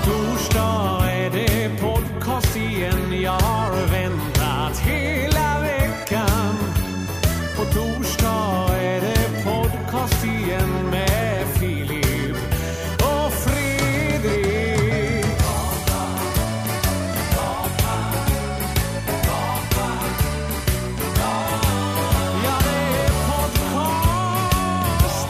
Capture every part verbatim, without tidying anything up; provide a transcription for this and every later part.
torsdag är det podcast igen. Jag har väntat hela veckan. På torsdag är det podcast igen med Filip och Fredrik. Ja, det är podcast.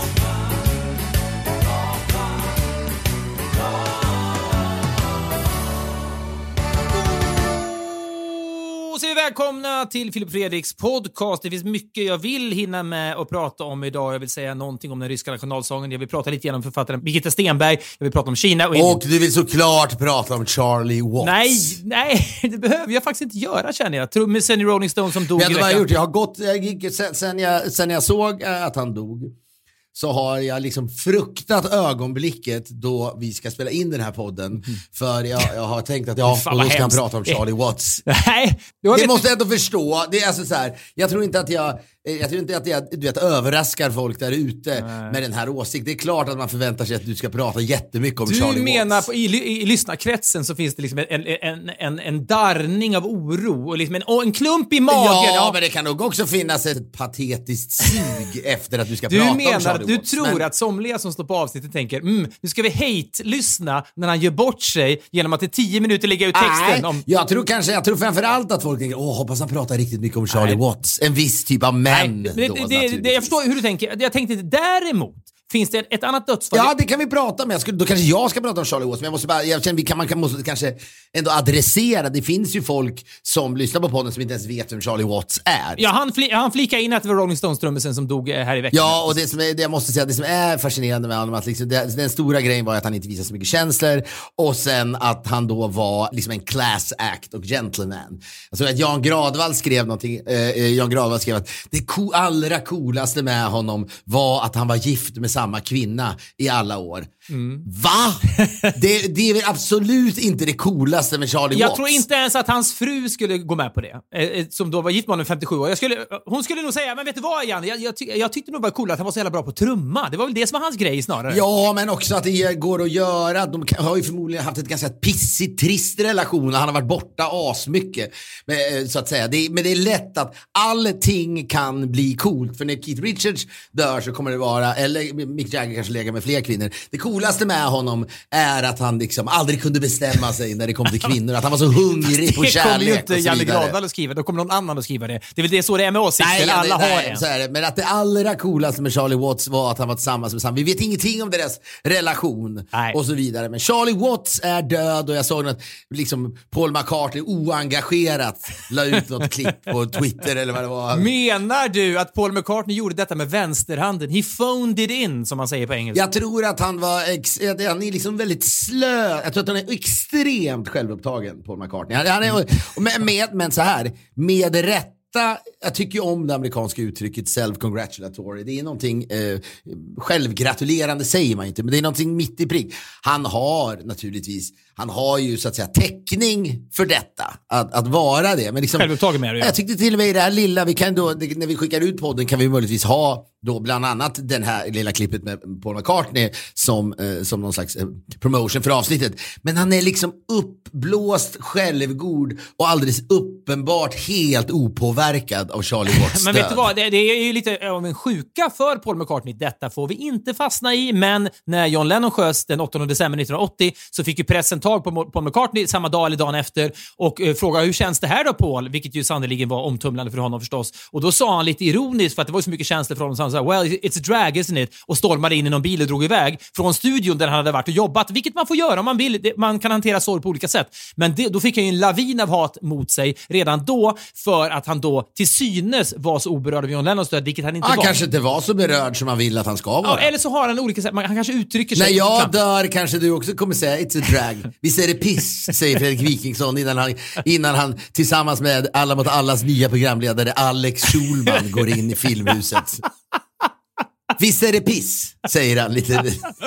Så är vi välkomna till Filip Fredriks podcast. Det finns mycket jag vill hinna med och prata om idag. Jag vill säga någonting om den ryska nationalsången. Jag vill prata lite om författaren Birgitta Stenberg. Jag vill prata om Kina. Och, och du vill såklart prata om Charlie Watts. Nej, nej, det behöver jag faktiskt inte göra, känner jag. Trummisen i Rolling Stone som dog Vet i du vad jag veckan. har gjort? Jag har gått, jag gick, sen, sen, jag, sen jag såg att han dog, så har jag liksom fruktat ögonblicket då vi ska spela in den här podden. Mm. För jag, jag har tänkt att ja, Fan, och då vad ska han hemskt. prata om Charlie Watts. Nej, det var Det vet- måste jag ändå förstå. Det är alltså så här, jag tror inte att jag jag tror inte att jag du vet, överraskar folk där ute med den här åsikten. Det är klart att man förväntar sig att du ska prata jättemycket om Du Charlie menar Watts. på, i, i, i lyssnarkretsen så finns det liksom en, en, en, en darrning av oro och liksom en, och en klump i magen. Ja, Ja. men det kan nog också finnas ett patetiskt sug efter att du ska Du prata om menar Charlie att du Watts. tror Men- att somliga som står på avsnittet tänker mm, nu ska vi hate-lyssna när han gör bort sig genom att i tio minuter lägga ut texten Nej, om... jag tror kanske, jag tror framförallt att folk tänker, åh, hoppas han pratar riktigt mycket om Charlie Nej. Watts. En viss typ av män Nej, då, det, det, det, det, jag förstår hur du tänker. Jag tänkte däremot, finns det ett annat dödsfall? Ja, det kan vi prata om. Jag skulle, då kanske jag ska prata om Charlie Watts, men jag måste bara, jag känner, vi kan, man kan, måste kanske ändå adressera, det finns ju folk som lyssnar på podden som inte ens vet vem Charlie Watts är. Ja, han, fli, han flikade in att det var Rolling Stones-trummisen som dog eh, här i veckan. Ja, och det som är, det jag måste säga, det som är fascinerande med honom, att liksom, det, den stora grejen var att han inte visade så mycket känslor, och sen att han då var liksom en class act och gentleman. Alltså att Jan Gradvall skrev någonting, eh, Jan Gradvall skrev att det co- allra coolaste med honom var att han var gift med samma kvinna i alla år. Mm. Va? Det, det är väl absolut inte det coolaste med Charlie Jag Watts. tror inte ens att hans fru skulle gå med på det. Eh, som då var gift med honom femtiosju år. Jag skulle, hon skulle nog säga, men vet du vad, Jan? Jag, jag, ty- jag tyckte nog det var cool att han var så jävla bra på trumma. Det var väl det som var hans grej snarare. Ja, men också att det går att göra. De kan- har ju förmodligen haft ett ganska pissigt, trist relation. Han har varit borta asmycket, men, så att säga. Det, men det är lätt att allting kan bli coolt. För när Keith Richards dör så kommer det vara, eller Mick Jagger kanske lägger med fler kvinnor. Det coolaste med honom är att han liksom aldrig kunde bestämma sig när det kom till kvinnor. Att han var så hungrig på Det kommer kärlek ju och inte så Janne vidare. Gradvall att skriva. Då kommer någon annan att skriva det. Det är väl det så det är med åsikter. Nej, Alla det, har nej, en. så är det. Men att det allra coolaste med Charlie Watts var att han var tillsammans med Sam. Vi vet ingenting om deras relation Nej. och så vidare. Men Charlie Watts är död, och jag såg att liksom Paul McCartney oengagerat la ut något klipp på Twitter eller vad det var. Menar du att Paul McCartney gjorde detta med vänsterhanden? He phoned it in, som man säger på engelska. Jag tror att han var ex- att han är liksom väldigt slö. Jag tror att han är extremt självupptagen, Paul McCartney. Han, han är, och med, med, men så här, med rätt. Jag tycker ju om det amerikanska uttrycket self-congratulatory. Det är någonting eh, självgratulerande säger man inte, men det är någonting mitt i prick. Han har naturligtvis, han har ju så att säga täckning för detta, att, att vara det. Men liksom, Självupptagen med det, ja. jag tyckte till och med i det här lilla, vi kan då, det, när vi skickar ut podden kan vi möjligtvis ha då bland annat den här lilla klippet med Paul McCartney som, eh, som någon slags eh, promotion för avsnittet. Men han är liksom uppblåst, självgod och alldeles uppenbart helt opåverkad av Charlie Watts Men död. vet du vad, det, det är ju lite av en sjuka för Paul McCartney. Detta får vi inte fastna i, men när John Lennon sköts den åttonde december nittonhundraåttio så fick ju pressen tag på Paul McCartney samma dag eller dagen efter och eh, frågade hur känns det här då, Paul? Vilket ju sannoliken var omtumlande för honom förstås. Och då sa han lite ironiskt, för att det var så mycket känslor för honom, så han sa, well, it's a drag, isn't it? Och stormade in i någon bil och drog iväg från studion där han hade varit och jobbat, vilket man får göra om man vill. Det, man kan hantera sorg på olika sätt. Men det, då fick han ju en lavin av hat mot sig redan då, för att han då till synes var så oberörd av John Lennons död, vilket han inte Han var. kanske inte var så berörd som han vill att han ska vara. Ja, eller så har han olika sätt. Man, han kanske uttrycker sig. När jag knappt. dör kanske du också kommer säga it's a drag. Visst är det piss, säger Fredrik Wikingsson innan han, innan han tillsammans med Alla mot allas nya programledare Alex Schulman går in i filmhuset. Visst är det piss, säger han lite.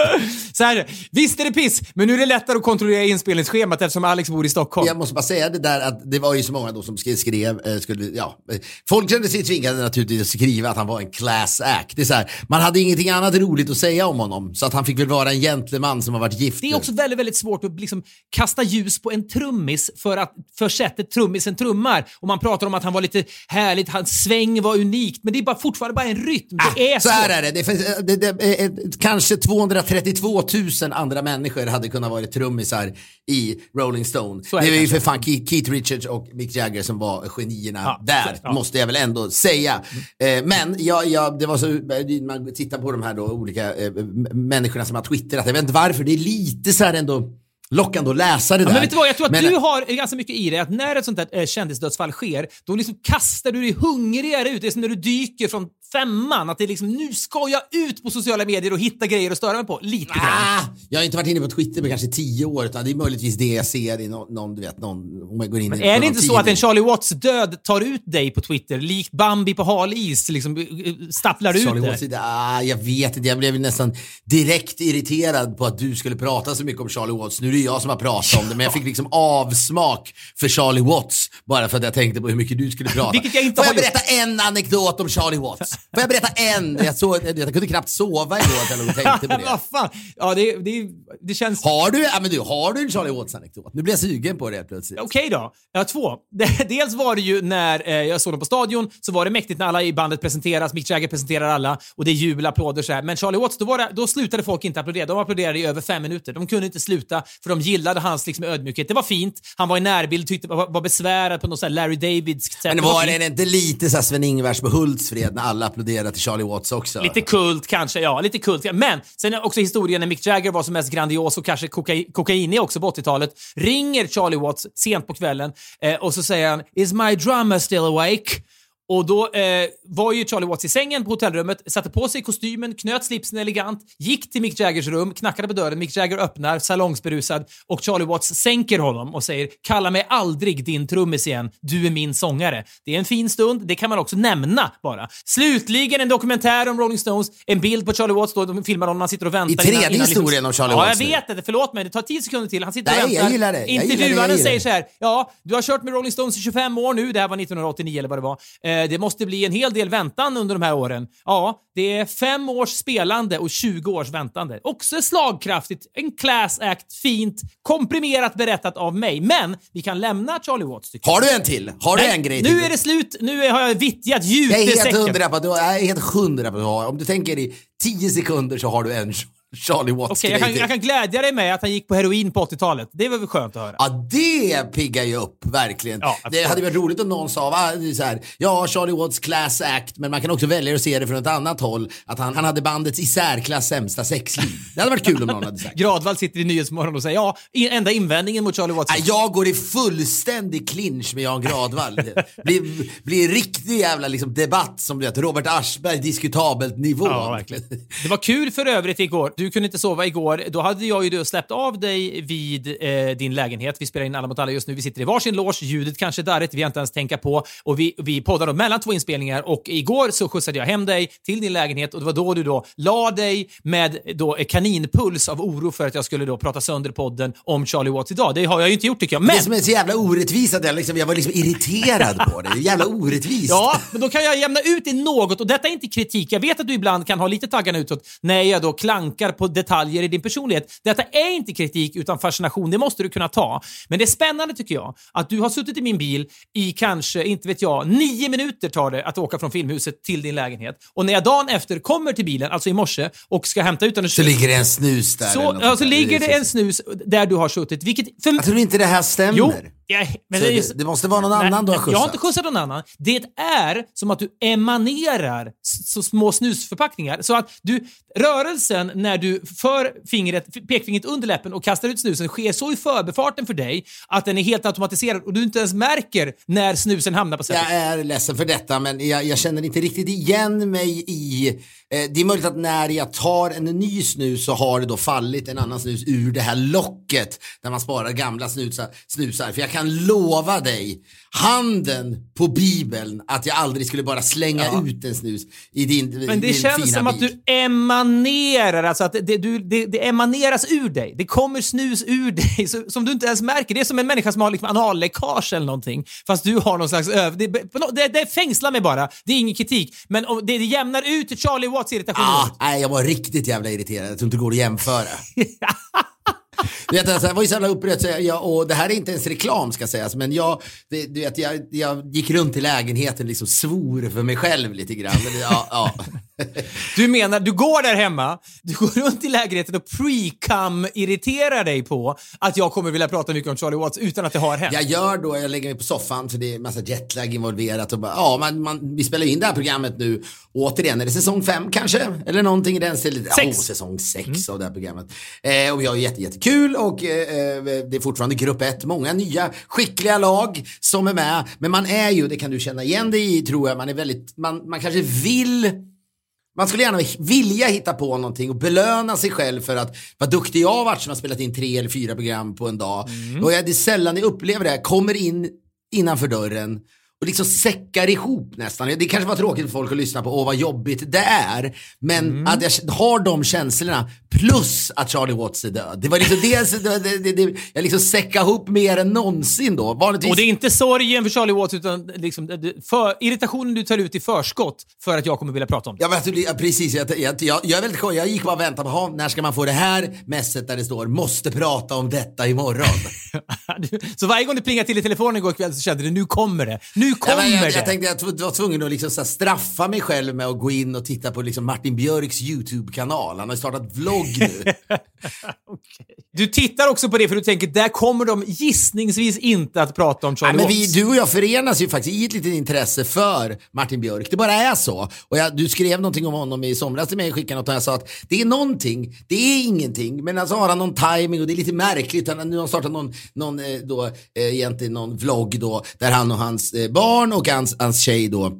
Så här, visst är det piss, men nu är det lättare att kontrollera inspelningsschemat eftersom Alex bor i Stockholm. Jag måste bara säga det där att det var ju så många då som skrev, eh, skulle, ja, folk kände sig tvingade naturligtvis att skriva att han var en class act. Det är så här, man hade ingenting annat roligt att säga om honom, så att han fick väl vara en gentleman som har varit gift. Det är också väldigt, väldigt svårt att liksom kasta ljus på en trummis för, att, för sättet trummisen trummar. Och man pratar om att han var lite härligt, hans sväng var unikt, men det är bara fortfarande bara en rytm. Det är ah, så här är det. Det, finns, det, det, det kanske tvåhundratrettiotvå tusen andra människor hade kunnat vara trummisar i Rolling Stone. Det, det är ju för fan Keith Richards och Mick Jagger som var genierna ja, där, ja. Måste jag väl ändå säga. Mm. Eh, men ja, ja, det var så, man tittar på de här då olika eh, människorna som har twittrat. Jag vet inte varför, det är lite så här ändå lockande att läsa det ja, där. Men vet du vad, jag tror att men, du har ganska mycket i dig att när ett sånt där eh, kändisdödsfall sker, då liksom kastar du dig hungrigare ut. Det är som när du dyker från femman, att det är liksom, nu ska jag ut på sociala medier och hitta grejer att störa mig på. Lite grann. Ah, jag har inte varit inne på Twitter på kanske tio år, utan det är möjligtvis det jag ser i någon, någon du vet, någon, om jag går in. Men i är det inte tidning. Så att en Charlie Watts död tar ut dig på Twitter, likt Bambi på hal is, liksom stapplar ut Charlie det? Watts, ah, jag vet inte, jag blev nästan direkt irriterad på att du skulle prata så mycket om Charlie Watts. Nu är det jag som har pratat om det, men jag fick liksom avsmak för Charlie Watts bara för att jag tänkte på hur mycket du skulle prata. Vilket jag inte Får har jag berätta gjort. En anekdot om Charlie Watts? Får jag berätta en? Jag, såg, jag kunde knappt sova igår när jag tänkte på det. Vad fan? Ja, det, det, det känns... Har du, ja, men du, har du en Charlie Watts-anekdot? Nu blir jag sugen på det plötsligt. Okej då. Jag har två. Dels var det ju när eh, jag såg dem på stadion, så var det mäktigt när alla i bandet presenteras. Mick Jagger presenterar alla och det är jubel, applåder så här. Men Charlie Watts, då, var det, då slutade folk inte applådera. De applåderade i över fem minuter. De kunde inte sluta för de gillade hans liksom, ödmjukhet. Det var fint. Han var i närbild, tyckte var, var besvärad på något så här Larry Davidskt sätt. Men det var, det var det inte lite så här Sven-Ingvars på Hultsfred när alla applåderade till Charlie Watts också? Lite kult kanske, ja. Lite kult. Men sen är också historien när Mick Jagger var som mest grandios och kanske koka- kokainig också på åttiotalet. Ringer Charlie Watts sent på kvällen eh, och så säger han, is my drummer still awake? Och då eh, var ju Charlie Watts i sängen på hotellrummet, satte på sig kostymen, knöt slipsen elegant, gick till Mick Jaggers rum, knackade på dörren, Mick Jagger öppnar, salongsberusad, och Charlie Watts sänker honom och säger, kalla mig aldrig din trummis igen, du är min sångare. Det är en fin stund, det kan man också nämna bara. Slutligen en dokumentär om Rolling Stones, en bild på Charlie Watts då, de filmar honom, man sitter och väntar. I tredje innan, innan historien liksom... om Charlie ja, Watts. Ja, jag vet det, förlåt mig, det tar tio sekunder till, han sitter Nej, och väntar. jag gillar det. Jag Intervjuaren gillar det, säger så här, ja, du har kört med Rolling Stones i tjugofem år nu, det här var nittonhundraåttionio eller vad det var. Eh, det måste bli en hel del väntan under de här åren. Ja, det är fem års spelande och tjugo års väntande. Också slagkraftigt, en class act, fint, komprimerat berättat av mig. Men vi kan lämna Charlie Watts. Har du en till? Har du Nej, en grej nu till? är det slut. Nu har jag vittjat ljud jag är i helt säcken. hundra på att du, jag är helt hundra på att du har. Om du tänker i tio sekunder så har du en Charlie Watts. Okej, jag, kan, jag kan glädja dig med att han gick på heroin på åttiotalet. Det var väl skönt att höra. Ja, det piggar ju upp, verkligen. Ja, det hade varit roligt om någon sa, va, så här, ja, Charlie Watts class act, men man kan också välja att se det från ett annat håll, att han, han hade bandets i särklass sämsta sexliv. Det hade varit kul om någon hade sagt. Gradvall sitter i Nyhetsmorgon och säger, ja, enda invändningen mot Charlie Watts. Ja, jag går i fullständig clinch med Jan Gradvall. Det blir, blir riktig jävla liksom, debatt som det Robert Aschberg, diskutabelt nivå. Ja, verkligen. Det var kul för övrigt igår. Du kunde inte sova igår. Då hade jag ju då släppt av dig vid eh, din lägenhet. Vi spelar in Alla mot alla just nu. Vi sitter i varsin loge. Ljudet kanske darrigt. Vi har inte ens tänka på. Och vi, vi poddar då mellan två inspelningar. Och igår så skjutsade jag hem dig till din lägenhet. Och det var då du då la dig med då kaninpuls av oro för att jag skulle då prata sönder podden om Charlie Watts idag. Det har jag ju inte gjort tycker jag. Men det som är så jävla orättvist att jag, liksom, jag var liksom irriterad på det. Det är jävla orättvist. Ja, men då kan jag jämna ut i något. Och detta är inte kritik. Jag vet att du ibland kan ha lite taggarna utåt när jag då klankar på detaljer i din personlighet. Detta är inte kritik utan fascination. Det måste du kunna ta. Men det är spännande tycker jag att du har suttit i min bil i kanske, inte vet jag, nio minuter tar det att åka från Filmhuset till din lägenhet. Och när jag dagen efter kommer till bilen, alltså i morse, och ska hämta ut den... Så ligger det en snus där. Så, ja, så ligger det en snus där du har suttit. Vilket för... Jag tror inte det här stämmer. Jo. Ja, men det, det, det, det måste vara någon nej, annan du har skjutsat. Jag har inte skjutsat någon annan. Det är som att du emanerar så små snusförpackningar. Så att du, rörelsen när du för fingret, pekfingret under läppen och kastar ut snusen sker så i förbefarten för dig att den är helt automatiserad och du inte ens märker när snusen hamnar på sättet. Jag är ledsen för detta men jag, jag känner inte riktigt igen mig i Eh, det är möjligt att när jag tar en ny snus så har det då fallit en annan snus ur det här locket där man sparar gamla snusar. snusar. För jag kan lova dig, handen på Bibeln, att jag aldrig skulle bara slänga ja. ut en snus i din Men det din känns fina som bil. att du emanerar, alltså att det, du, det, det emaneras ur dig. Det kommer snus ur dig så, som du inte ens märker. Det är som en människa som har liksom analläckage eller någonting. Fast du har någon slags öv... Det, det, det fängslar mig bara. Det är ingen kritik. Men det, det jämnar ut Charlie Watts irritation. Ah, nej, jag var riktigt jävla irriterad. Jag tror inte det går att jämföra. Du vet, alltså, jag var ju så jävla upprörd, så jag, och det här är inte ens reklam ska sägas, men jag, det, du vet, jag, jag gick runt i lägenheten liksom svor för mig själv lite grann. Ja, ja. Du menar, du går där hemma, du går runt i lägenheten och pre-cum irriterar dig på att jag kommer vilja prata mycket om Charlie Watts utan att det har hänt. Jag gör då, jag lägger mig på soffan för det är massa jetlag involverat och bara, ja, man, man, vi spelar in det här programmet nu, återigen, är det säsong fem kanske? Eller någonting i den stilen. Sex. Oh, säsong sex mm. av det här programmet. Eh, och vi har jätte, jättekul och eh, det är fortfarande grupp ett, många nya skickliga lag som är med, men man är ju, det kan du känna igen dig i tror jag, man är väldigt, man, man kanske vill Man skulle gärna vilja hitta på någonting och belöna sig själv för att vad duktig jag har varit som har spelat in tre eller fyra program på en dag. Mm. Och jag, det är sällan jag upplever det här. Kommer in innanför dörren och liksom säckar ihop nästan. Det kanske var tråkigt för folk att lyssna på, åh vad jobbigt det är. Men mm. att jag har de känslorna plus att Charlie Watts är död. Det var liksom dels, det, det, det, det, jag liksom säckar ihop mer än någonsin då. Vanligtvis... Och det är inte sorgen för Charlie Watts utan liksom för, irritationen du tar ut i förskott för att jag kommer vilja prata om det. Ja, men, ja precis, jag, jag, jag, jag är väldigt skön. Jag gick bara och väntade på, när ska man få det här mässet där det står, måste prata om detta imorgon. Så varje gång du plingade till i telefonen igår kväll så kände du, nu kommer det. Nu kommer ja, jag, det. Jag tänkte att jag var tvungen att liksom så här straffa mig själv med att gå in och titta på liksom Martin Björks YouTube-kanal. Han har startat vlogg nu. Okay. Du tittar också på det för du tänker, där kommer de gissningsvis inte att prata om Charlie ja, men Watts. vi, du och jag förenas ju faktiskt i ett litet intresse för Martin Björk. Det bara är så. Och jag, du skrev någonting om honom i somras till mig och skickade något och jag sa att det är någonting, det är ingenting. Men alltså har han någon timing och det är lite märkligt. Han, nu har han startat någon, någon, då, eh, egentligen någon vlogg då, där han och hans eh, barn och hans, hans tjej då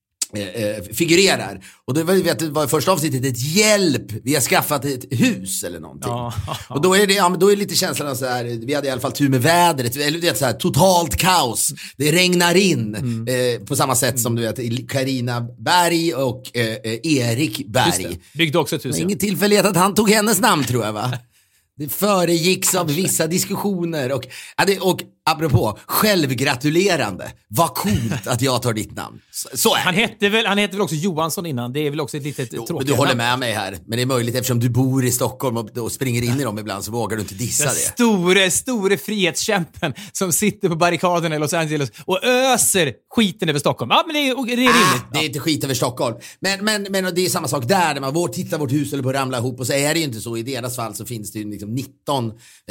Eh, figurerar. Och då vet du, var första avsnittet ett hjälp, vi har skaffat ett hus eller någonting. Ja, ja. Och då är det ja, men då är det lite känslan så här, vi hade i alla fall tur med vädret, eller du vet så här, totalt kaos. Det regnar in mm. eh, på samma sätt mm. som du vet Carina Berg och eh, Erik Berg. Byggde också ett hus. Ingen tillfällighet att han tog hennes namn tror jag va. Det föregicks av vissa diskussioner och, och apropå självgratulerande. Vad coolt att jag tar ditt namn. Så, så är han hette väl han hette väl också Johansson innan. Det är väl också ett litet tråkigt. Men du håller med mig här. Men det är möjligt eftersom du bor i Stockholm och, och springer in i dem ibland så vågar du inte dissa den det. Store, store frihetskämpen som sitter på barrikaderna i Los Angeles och öser skiten över Stockholm. Ja, men det är, det är rimligt. Ah, det är inte skit över Stockholm. Men, men, men det är samma sak där. När man vår, tittar vårt hus eller på att ramla ihop och så är det ju inte så. I deras fall så finns det ju liksom nitton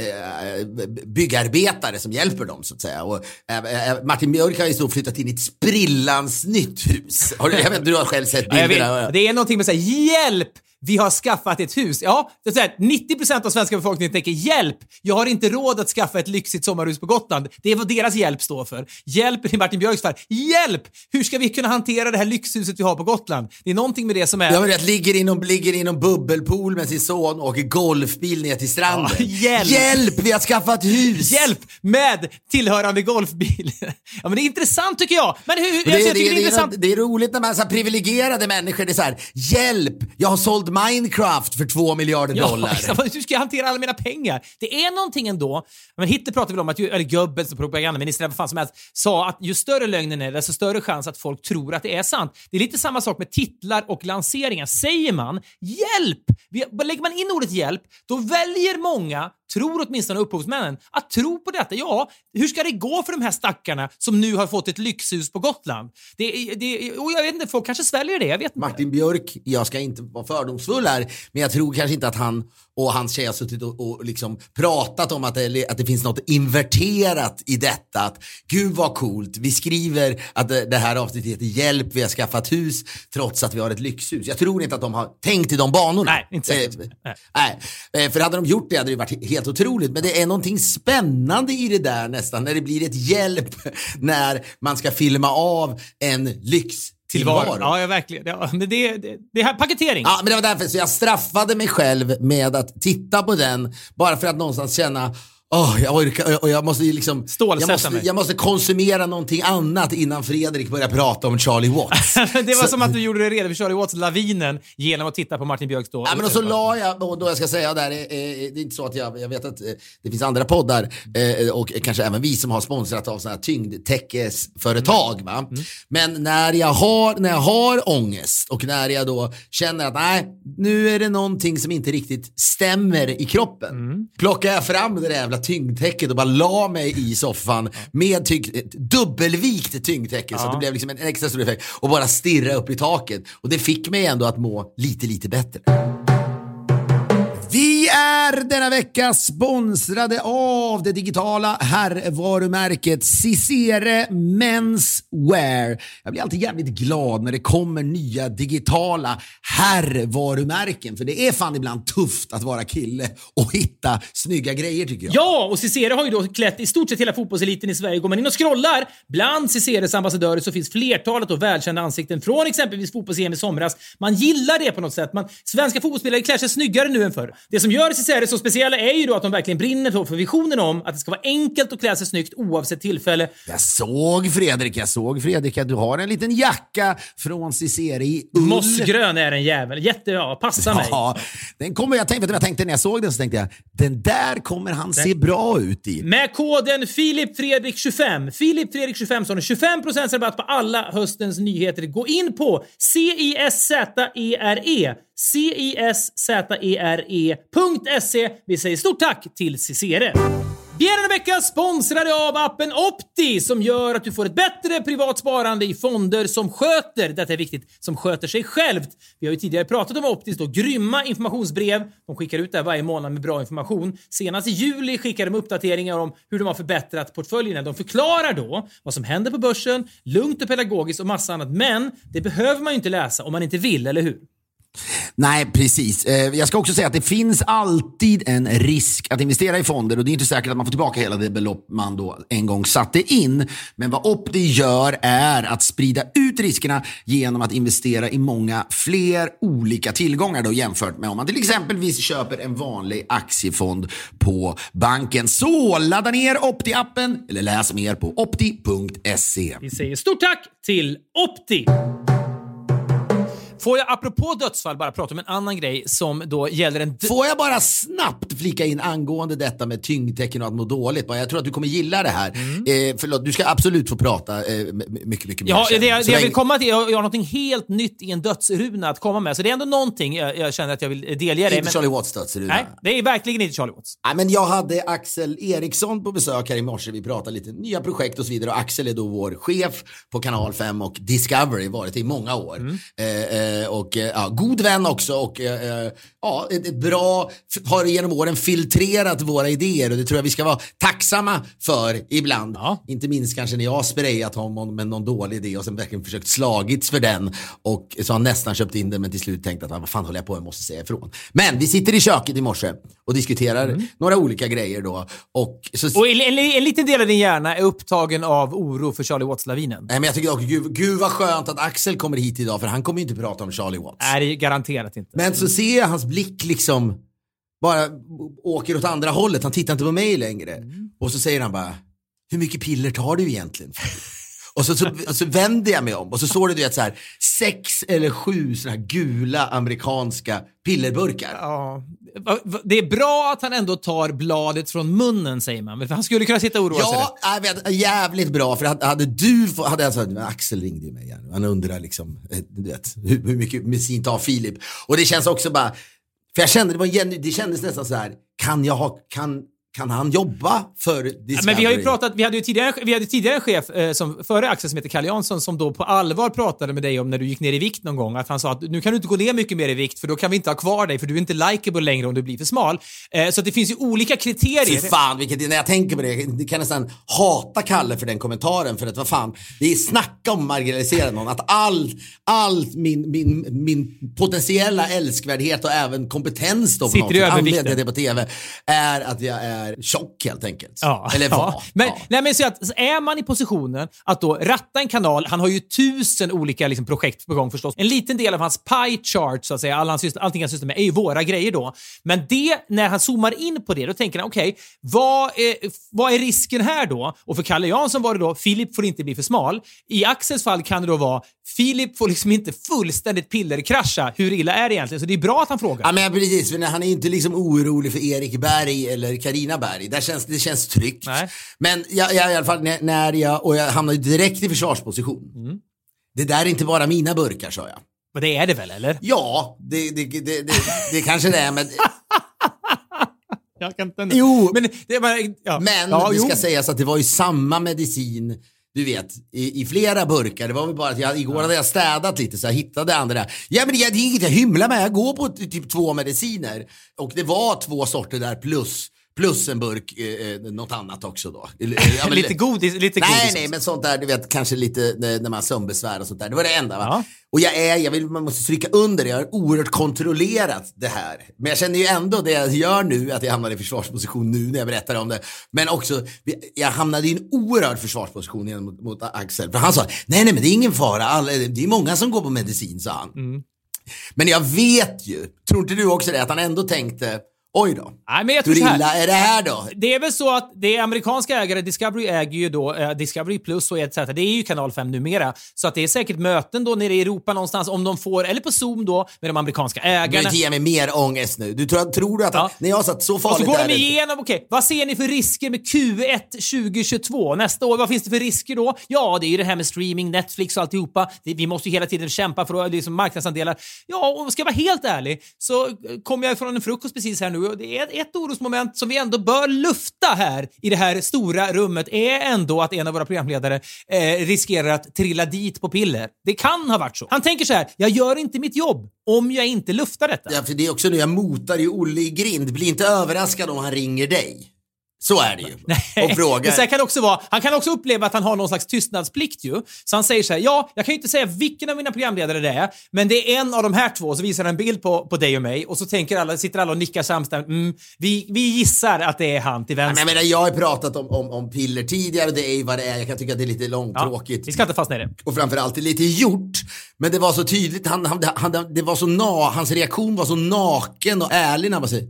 eh, byggarbetare som hjälper dem så att säga. Och, eh, Martin Björk har ju så flyttat in i ett sprillans nytt hus. Har du, jag vet, du har själv sett bilderna. Ja, det är någonting med att säga hjälp! Vi har skaffat ett hus. Ja, det är så här, nittio procent av svenska befolkningen tänker hjälp. Jag har inte råd att skaffa ett lyxigt sommarhus på Gotland. Det är vad deras hjälp står för. Hjälp i Martin Björks fall. Hjälp! Hur ska vi kunna hantera det här lyxhuset vi har på Gotland? Det är någonting med det som är... Jag vet, ligger inom, ligger inom bubbelpool med sin son och åker golfbil ner till stranden. Ja, hjälp! Hjälp! Vi har skaffat hus! Hjälp! Med tillhörande golfbil. Ja, men det är intressant tycker jag. Men hur... Det, jag det, det, det, är intressant. det, det är roligt när man är så här privilegierade människor. Det är så här, hjälp! Jag har sålt Minecraft för två miljarder dollar. Ja, hur ska jag hantera alla mina pengar? Det är någonting ändå. Men Hitler pratade väl om att, ju, eller Goebbels, propagandaministern, vad fan som helst, sa att ju större lögnen är, desto större chans att folk tror att det är sant. Det är lite samma sak med titlar och lanseringar. Säger man hjälp, lägger man in ordet hjälp, då väljer många, tror åtminstone upphovsmännen, att tro på detta. Ja, hur ska det gå för de här stackarna som nu har fått ett lyxhus på Gotland? Det, det, och jag vet inte, folk kanske sväljer det, jag vet inte. Martin Björk, jag ska inte vara fördomsfull här, men jag tror kanske inte att han och hans tjej har suttit och, och liksom pratat om att det, att det finns något inverterat i detta. Att gud vad coolt, vi skriver att det, det här avsnittet heter hjälp, vi har skaffat hus trots att vi har ett lyxhus. Jag tror inte att de har tänkt i de banorna. Nej, inte säkert. Eh, nej. nej, för hade de gjort det hade det varit helt otroligt. Men det är någonting spännande i det där nästan, när det blir ett hjälp när man ska filma av en lyx tillvaro. Ja, ja, verkligen. Ja, men det, det, det här paketering. Ja, men det var därför så jag straffade mig själv med att titta på den bara för att någonstans känna oh, jag orkar, och jag måste liksom jag måste, jag måste konsumera någonting annat innan Fredrik börjar prata om Charlie Watts. Det var så, som att du gjorde det redan för Charlie Watts lavinen genom att titta på Martin Björks då. Ja, men och så la jag, och då jag ska säga där, det är inte så att jag, jag vet att det finns andra poddar och kanske även vi som har sponsrat av sådana här tyngdtäckesföretag, va? Mm. Men när jag har, när jag har ångest och när jag då känner att nej, nu är det någonting som inte riktigt stämmer i kroppen, mm. plockar jag fram det där jävla tyngdtäcket och bara la mig i soffan med tyg, ett dubbelvikt tyngdtäcke, ja. Så det blev liksom en extra stor effekt och bara stirra upp i taket, och det fick mig ändå att må lite lite bättre. Vi är denna vecka sponsrade av det digitala herrvarumärket Cicere Menswear. Jag blir alltid jävligt glad när det kommer nya digitala herrvarumärken, för det är fan ibland tufft att vara kille och hitta snygga grejer, tycker jag. Ja, och Cicere har ju då klätt i stort sett hela fotbollseliten i Sverige. Går man in och scrollar bland Ciceres ambassadörer så finns flertalet och välkända ansikten från exempelvis fotbolls-E M i somras. Man gillar det på något sätt. Man, svenska fotbollsspelare klär sig snyggare nu än förr. Det som gör Cicere så speciella är ju då att de verkligen brinner för, för visionen om att det ska vara enkelt att klä sig snyggt oavsett tillfälle. Jag såg Fredrik, jag såg Fredrik att du har en liten jacka från Cicere i ull. Mossgrön är en jävel. Jätte, ja, passa mig. Ja, den kommer jag tänkte, vet du vad jag tänkte när jag såg den, så tänkte jag, den där kommer han se bra ut i. Med koden Filip Fredrik tjugofem, Filip Fredrik tjugofem, så har du tjugofem procent rabatt på alla höstens nyheter. Gå in på C I S Z E R E C I S Z E R E punkt se. Vi säger stort tack till Cicere. Vi är denna vecka sponsrade av appen Opti, som gör att du får ett bättre privat sparande i fonder som sköter, detta är viktigt, som sköter sig självt. Vi har ju tidigare pratat om Optis då grymma informationsbrev. De skickar ut det här varje månad med bra information. Senast i juli skickar de uppdateringar om hur de har förbättrat portföljerna. De förklarar då vad som händer på börsen, lugnt och pedagogiskt och massa annat. Men det behöver man ju inte läsa om man inte vill, eller hur? Nej, precis. Jag ska också säga att det finns alltid en risk att investera i fonder, och det är inte säkert att man får tillbaka hela det belopp man då en gång satte in. Men vad Opti gör är att sprida ut riskerna genom att investera i många fler olika tillgångar då, jämfört med om man till exempelvis köper en vanlig aktiefond på banken. Så ladda ner Opti-appen eller läs mer på opti punkt se. Vi säger stort tack till Opti! Får jag apropå dödsfall bara prata om en annan grej som då gäller en... D- Får jag bara snabbt flika in angående detta med tyngdtecken och att må dåligt? Jag tror att du kommer gilla det här. Mm. Eh, förlåt, du ska absolut få prata eh, mycket, mycket mer. Ja, det, det jag länge... vill komma till, jag, jag har någonting helt nytt i en dödsruna att komma med. Så det är ändå någonting jag, jag känner att jag vill delge dig. Inte men... Charlie Watts dödsruna. Nej, det är verkligen inte Charlie Watts. Nej, men jag hade Axel Eriksson på besök här i morse. Vi pratade lite nya projekt och så vidare. Och Axel är då vår chef på Kanal fem och Discovery, varit i många år. Mm. Eh, och ja, god vän också, och eh, ja, ett, ett bra, har genom åren filtrerat våra idéer, och det tror jag vi ska vara tacksamma för ibland. Ja. Inte minst kanske när jag har sprayat honom med någon dålig idé och sen verkligen försökt slagits för den, och så har han nästan köpt in den men till slut tänkt att vad fan håller jag på, jag måste säga ifrån. Men vi sitter i köket i morse och diskuterar mm. några olika grejer då, och, så, och en, en, en liten del av din hjärna är upptagen av oro för Charlie Watts-lavinen. Nej, men jag tycker också, gud, gud vad skönt att Axel kommer hit idag, för han kommer ju inte prata om Charlie Watts. Nej, det är garanterat inte. Men så ser jag hans blick liksom bara åker åt andra hållet. Han tittar inte på mig längre. Mm. Och så säger han bara, hur mycket piller tar du egentligen? Och så, så, så vänder jag mig om och så står det, du vet, så här, sex eller sju såna här gula amerikanska pillerburkar. Ja, det är bra att han ändå tar bladet från munnen, säger man. För han skulle kunna sitta och oroa sig. Ja, jag vet, jävligt bra. För hade, hade du, hade jag sagt, Axel ringde ju mig igen. Han undrar liksom, du vet, hur, hur mycket medicin tar Filip? Och det känns också bara, för jag kände, det, var, det kändes nästan så här, kan jag ha, kan... Kan han jobba för Discovery? Men vi har ju pratat, vi hade ju tidigare, vi hade tidigare en chef eh, som före Axel som heter Kalle Jansson, som då på allvar pratade med dig om när du gick ner i vikt någon gång, att han sa att nu kan du inte gå ner mycket mer i vikt, för då kan vi inte ha kvar dig, för du är inte likeable längre om du blir för smal. Eh, så att det finns ju olika kriterier. Fy fan, vilket, när jag tänker på det, jag kan nästan hata Kalle för den kommentaren, för att vad fan, det är snacka om marginalisera någon, att all, all min, min, min potentiella älskvärdhet och även kompetens då på sitter något, använder det på tv, är att jag är är tjock helt enkelt. Ja, Eller var. ja. Men, ja. nej, men så att, är man i positionen att då ratta en kanal, han har ju tusen olika liksom, projekt på gång förstås. En liten del av hans pie chart, så att säga, all hans, allting han sysslar med är ju våra grejer då. Men det, när han zoomar in på det, då tänker han, okej, okay, vad, är, vad är risken här då? Och för Kalle Jansson var det då, Filip får inte bli för smal. I Axels fall kan det då vara, Filip får liksom inte fullständigt pillerkrascha. Hur illa är det egentligen? Så det är bra att han frågar. Ja, men precis, för han är inte liksom orolig för Erik Berg eller Carina Berg. Där känns, det känns tryggt. Nej. Men jag, jag, i alla fall när, när jag, och jag hamnade direkt i försvarsposition. Mm. Det där är inte bara mina burkar, sa jag. Men det är det väl, eller? Ja, det, det, det, det, det, det kanske det är, men... jag kan inte... Jo, men, det är bara, ja. men ja, det ska jo. sägas att det var ju samma medicin, du vet, i, i flera burkar. Det var väl bara att jag, igår hade jag städat lite så jag hittade andra. Ja, men det är inget jag hymlar med. Jag går på typ två mediciner. Och det var två sorter där plus... Plus en burk, eh, något annat också då. Ja, men, lite godis, lite nej, godis. Nej, men sånt där, du vet, kanske lite när man har sömnbesvär och sånt där. Det var det enda, va? Ja. Och jag är, jag vill, man måste stryka under det, jag har oerhört kontrollerat det här. Men jag känner ju ändå det jag gör nu, att jag hamnar i försvarsposition nu när jag berättar om det. Men också, jag hamnade i en oerhörd försvarsposition igen mot, mot Axel. För han sa, nej, nej, men det är ingen fara. Alla, det är många som går på medicin, sa han. Mm. Men jag vet ju, tror inte du också det, att han ändå tänkte... Oj då. Nej, men jag Hur tror så illa här, är det här då? Det är väl så att det är amerikanska ägare, Discovery äger ju då eh, Discovery Plus och et cetera. Det är ju kanal fem numera. Så att det är säkert möten då nere i Europa någonstans om de får, eller på Zoom då, med de amerikanska ägarna. Du ger mig mer ångest nu. Du tror, tror du att ja. han, när jag satt så farligt och så går där de igenom, okej, okay, vad ser ni för risker med Q ett tjugohundratjugotvå? Nästa år, vad finns det för risker då? Ja, det är ju det här med streaming, Netflix och alltihopa. Det, vi måste ju hela tiden kämpa för att liksom, marknadsandelar. Ja, och ska jag vara helt ärlig så kommer jag från en frukost precis här nu och det är ett orosmoment som vi ändå bör lufta här i det här stora rummet är ändå att en av våra programledare eh, riskerar att trilla dit på piller. Det kan ha varit så. Han tänker så här, jag gör inte mitt jobb om jag inte luftar detta. Ja, för det är också nu jag motar ju Olle i grind. Bli inte överraskad om han ringer dig. Så är det ju. Nej, och frågar. Så kan också vara, han kan också uppleva att han har någon slags tystnadsplikt ju. Så han säger så här, ja, jag kan ju inte säga vilken av mina programledare det är, men det är en av de här två. Så visar han en bild på, på dig och mig och så tänker alla, sitter alla och nickar samstämt. Mm, vi, vi gissar att det är han till vänster. Ja, men jag, menar, jag har ju pratat om, om, om piller tidigare, det är ju vad det är. Jag kan tycka att det är lite långtråkigt. Ja, vi ska inte fastna i det. Och framförallt det är lite gjort. Men det var så tydligt, han, han, han, det var så na, hans reaktion var så naken och ärlig när man säger,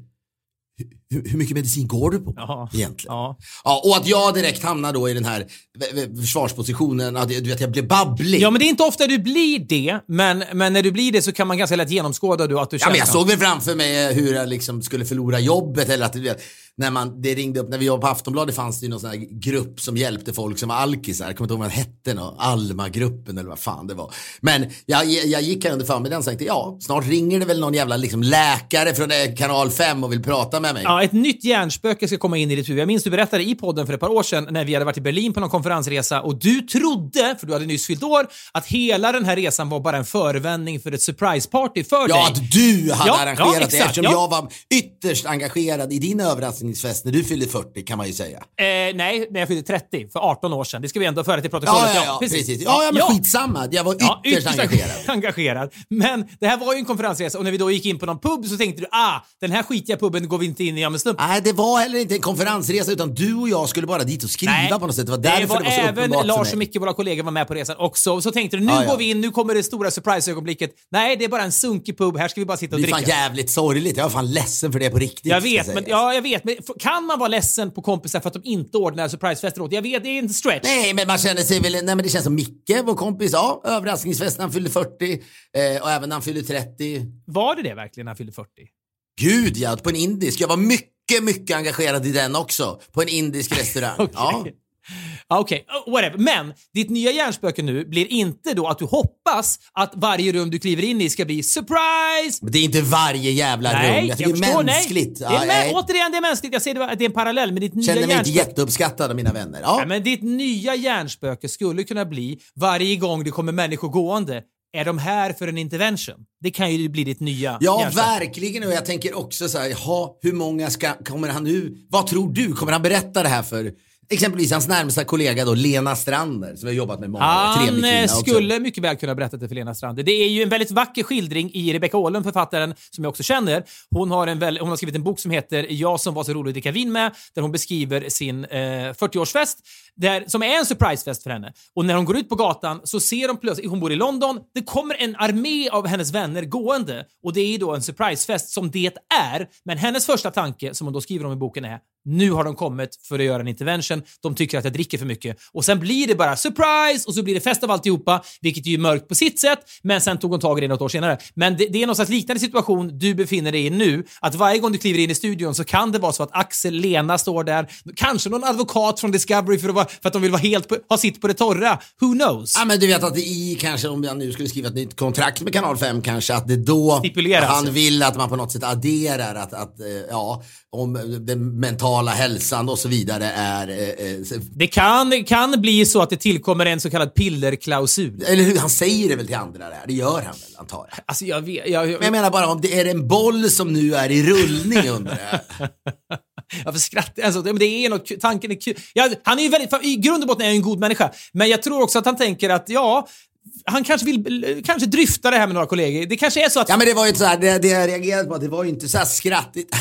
Hur, hur mycket medicin går du på ja, egentligen? Ja. Ja, och att jag direkt hamnar då i den här försvarspositionen, att du vet, jag blir babblig. Ja, men det är inte ofta du blir det, men, men när du blir det så kan man ganska lätt genomskåda du, att du ja, känner... men jag såg väl framför mig hur jag liksom skulle förlora jobbet eller att du vet, när man, det ringde upp, när vi var på Aftonbladet fanns det ju någon sån här grupp som hjälpte folk som var alkisar. Jag kommer inte ihåg vad den hette, no? Alma-gruppen eller vad fan det var. Men jag, jag gick här under förmiddagen och tänkte, ja, snart ringer det väl någon jävla liksom läkare från kanal fem och vill prata med mig. Ja, ett nytt hjärnspöke ska komma in i ditt huvud. Jag minns du berättade i podden för ett par år sedan när vi hade varit i Berlin på någon konferensresa och du trodde, för du hade nyss fyllt år, att hela den här resan var bara en förevändning för ett surprise-party för ja, dig. Ja, att du hade ja, arrangerat ja, det eftersom ja. jag var ytterst engagerad i din överraskningsfest när du fyllde fyrtio, kan man ju säga. Eh, nej, när jag fyllde trettio, för arton år sedan. Det ska vi ändå föra till protokollet. Ja, ja, ja, precis. precis. Ja, ja, men ja. skitsamma. Jag var ytterst, ja, ytterst engagerad. engagerad. Men det här var ju en konferensresa och när vi då gick in på någon pub så tänkte du, ah, den här skitiga puben går vi inte in i om en stund. Nej, det var heller inte en konferensresa utan du och jag skulle bara dit och skriva nej, på något sätt. Det var därför det var, det var så även Lars och Micke, våra kollegor, var med på resan också. Och så tänkte du, nu ah, ja. går vi in, nu kommer det stora surprise-ögonblicket. Nej, det är bara en sunkig pub, här ska vi bara sitta och dricka. Det är fan jävligt sorgligt. Jag var fan ledsen för det på riktigt. Jag vet, men, ja, jag vet. Men kan man vara ledsen på kompisar för att de inte ordnar surprisefester åt? Jag vet, det är inte stretch. Nej, men man känner sig väl, nej men det känns som Micke, vår kompis, ja, överraskningsfest när han fyllde fyrtio eh, och även när han fyllde trettio. Var det det verkligen när han fyllde fyrtio? Gud, ja, på en indisk. Jag var mycket, mycket engagerad i den också. På en indisk restaurang. okay. Ja. Okej, okay. whatever. Men ditt nya hjärnspöke nu blir inte då att du hoppas att varje rum du kliver in i ska bli surprise! Men det är inte varje jävla nej, rum. Jag tycker det är mänskligt. Nej. Det är mä- ja, återigen, det är mänskligt. Jag ser det, att det är en parallell med ditt nya hjärnspöke. Känner mig hjärnspöke. inte jätteuppskattad av mina vänner. Ja. Ja, men ditt nya hjärnspöke skulle kunna bli varje gång det kommer människor gående. Är de här för en intervention? Det kan ju bli ditt nya Ja, hjärnspöke. verkligen. Och jag tänker också så här, jaha, hur många ska, kommer han nu, vad tror du? Kommer han berätta det här för exempelvis hans närmsta kollega då, Lena Strander, som har jobbat med många. Han eh, skulle mycket väl kunna berätta det för Lena Strander. Det är ju en väldigt vacker skildring i Rebecca Åhlund, författaren som jag också känner. Hon har, en väl, hon har skrivit en bok som heter Jag som var så rolig att dricka vin med, där hon beskriver sin eh, fyrtioårsfest, där, som är en surprisefest för henne. Och när hon går ut på gatan så ser de plötsligt, hon bor i London, det kommer en armé av hennes vänner gående. Och det är då en surprisefest som det är. Men hennes första tanke, som hon då skriver om i boken, är: nu har de kommit för att göra en intervention. De tycker att jag dricker för mycket. Och sen blir det bara surprise, och så blir det fest av alltihopa, vilket är ju mörkt på sitt sätt. Men sen tog hon tag i det något år senare. Men det, det är någon slags liknande situation du befinner dig i nu. Att varje gång du kliver in i studion så kan det vara så att Axel, Lena står där. Kanske någon advokat från Discovery för att, vara, för att de vill vara helt på, ha sitt på det torra. Who knows? Ja, men du vet att det i kanske, om jag nu skulle skriva ett nytt kontrakt med Kanal fem, kanske att det då stipuleras. Han vill att man på något sätt adderar att, att ja, om den mentala hälsan och så vidare är... Eh, det, kan, det kan bli så att det tillkommer en så kallad pillerklausul. Eller hur, han säger det väl till andra där. Det gör han väl, antar jag. Alltså jag vet... Jag, jag, men jag menar bara, om det är en boll som nu är i rullning under det. Jag får skratta. Alltså, det är något, tanken är kul. Ja, han är ju väldigt... I grund och botten är han en god människa. Men jag tror också att han tänker att, ja... Han kanske vill kanske dryfta det här med några kollegor. Det kanske är så att... Ja, men det var ju inte så här, det, det jag reagerade på, det var ju inte så här skrattigt.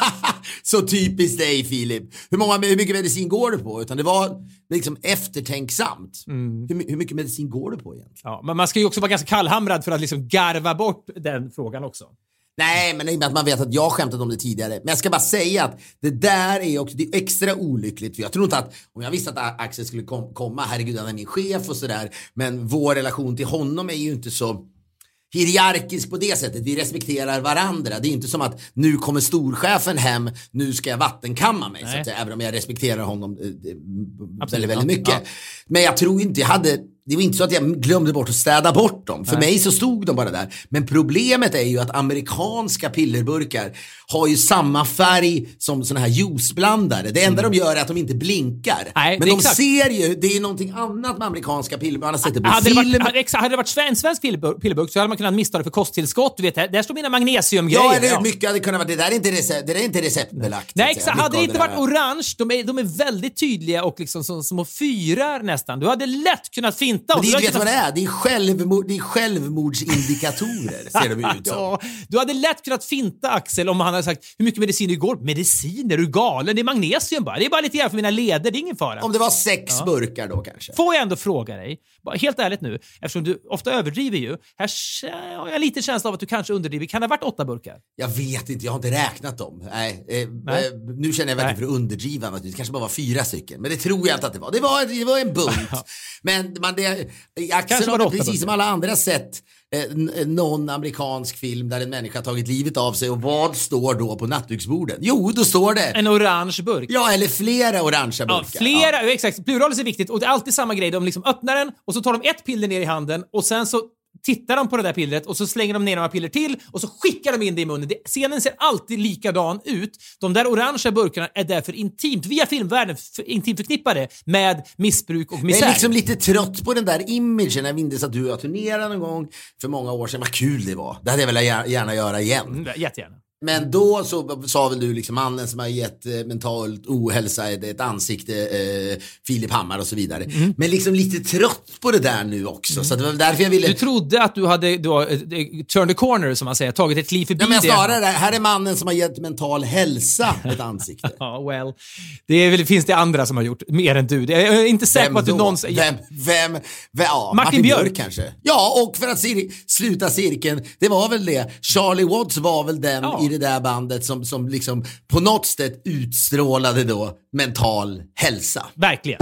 Så typiskt dig, Filip. Hur, många, hur mycket medicin går du på? Utan det var liksom eftertänksamt. Mm. Hur, hur mycket medicin går du på egentligen? Ja, men man ska ju också vara ganska kallhamrad för att liksom garva bort den frågan också. Nej, men det är med att man vet att jag har skämtat om det tidigare. Men jag ska bara säga att det där är också, det är extra olyckligt. För jag tror inte att, om jag visste att Axel skulle kom, komma, herregud, han är min chef och sådär. Men vår relation till honom är ju inte så hierarkisk på det sättet. Vi respekterar varandra. Det är inte som att nu kommer storchefen hem, nu ska jag vattenkamma mig. Så att säga, även om jag respekterar honom eh, Absolut, väldigt, väldigt mycket. Ja. Men jag tror inte jag hade... Det var inte så att jag glömde bort att städa bort dem. För Nej. mig så stod de bara där. Men problemet är ju att amerikanska pillerburkar har ju samma färg som såna här juiceblandare. Det enda mm. de gör är att de inte blinkar. Nej, men de exakt. ser ju, det är ju någonting annat med amerikanska pillerburkar. Man har sett det på hade film. Det varit, hade, exakt, hade det varit en svensk pillerburk så hade man kunnat missta det för kosttillskott. Du vet, där står mina magnesiumgrejer. Ja, eller mycket hade kunnat vara. Det där är inte, recept, det där är inte receptbelagt. Nej, exakt. Hade det inte det varit orange, de är, de är väldigt tydliga och liksom som små fyrar nästan. Du hade lätt kunnat finta. Men det är, vet vad det är? Det är, självmord, det är självmordsindikatorer, ser de ut som. Ja, du hade lätt kunnat finta Axel om han hade sagt: hur mycket medicin det går? Medicin, är du galen? Det är magnesium bara. Det är bara lite grann för mina leder, det är ingen fara. Om det var sex ja. burkar då kanske. Får jag ändå fråga dig, bara helt ärligt nu, eftersom du ofta överdriver ju. Här har jag lite känsla av att du kanske underdriver. Kan det ha varit åtta burkar? Jag vet inte, jag har inte räknat dem. Nej, eh, Nej. Eh, nu känner jag verkligen för att underdriva. Det kanske bara var fyra stycken. Men det tror jag inte att det var. Det var, det var en bunt. Men man, det, Axel har det precis som alla andra sett eh, någon amerikansk film där en människa tagit livet av sig. Och vad står då på nattduksborden? Jo, då står det... En orange burk. Ja, eller flera orangea burkar. Ja, flera, ja. Exakt. Plural är så viktigt. Och det är alltid samma grej. De liksom öppnar den och så tar de ett piller ner i handen och sen så tittar de på det där pillret och så slänger de ner några piller till och så skickar de in det i munnen. Det, scenen ser alltid likadan ut. De där orangea burkarna är därför intimt, via filmvärlden, för, intimt förknippade med missbruk och misär. Jag är liksom lite trött på den där imagen. Jag minns att du och jag turnerade någon gång för många år sedan. Vad kul det var. Det hade jag väl gärna göra igen. Mm, jättegärna. Men då så sa väl du liksom mannen som har gett eh, mentalt ohälsa ett, ett ansikte, eh, Filip Hammar och så vidare. Mm. Men liksom lite trött på det där nu också. Mm. Så det var därför jag ville... Du trodde att du hade då, uh, turn the corner som man säger, tagit ett kliv förbi. Ja, men snarare, det. Här är mannen som har gett mental hälsa ett ansikte. Ja, well. Det är väl, finns det andra som har gjort mer än du. Jag är inte säker på att du någonsin... Vem? Vem? vem ja, Martin, Martin Björk. Björk kanske. Ja, och för att cir- sluta cirkeln, det var väl det. Charlie Watts var väl den ja. i det där bandet som, som liksom på något sätt utstrålade då mental hälsa. Verkligen.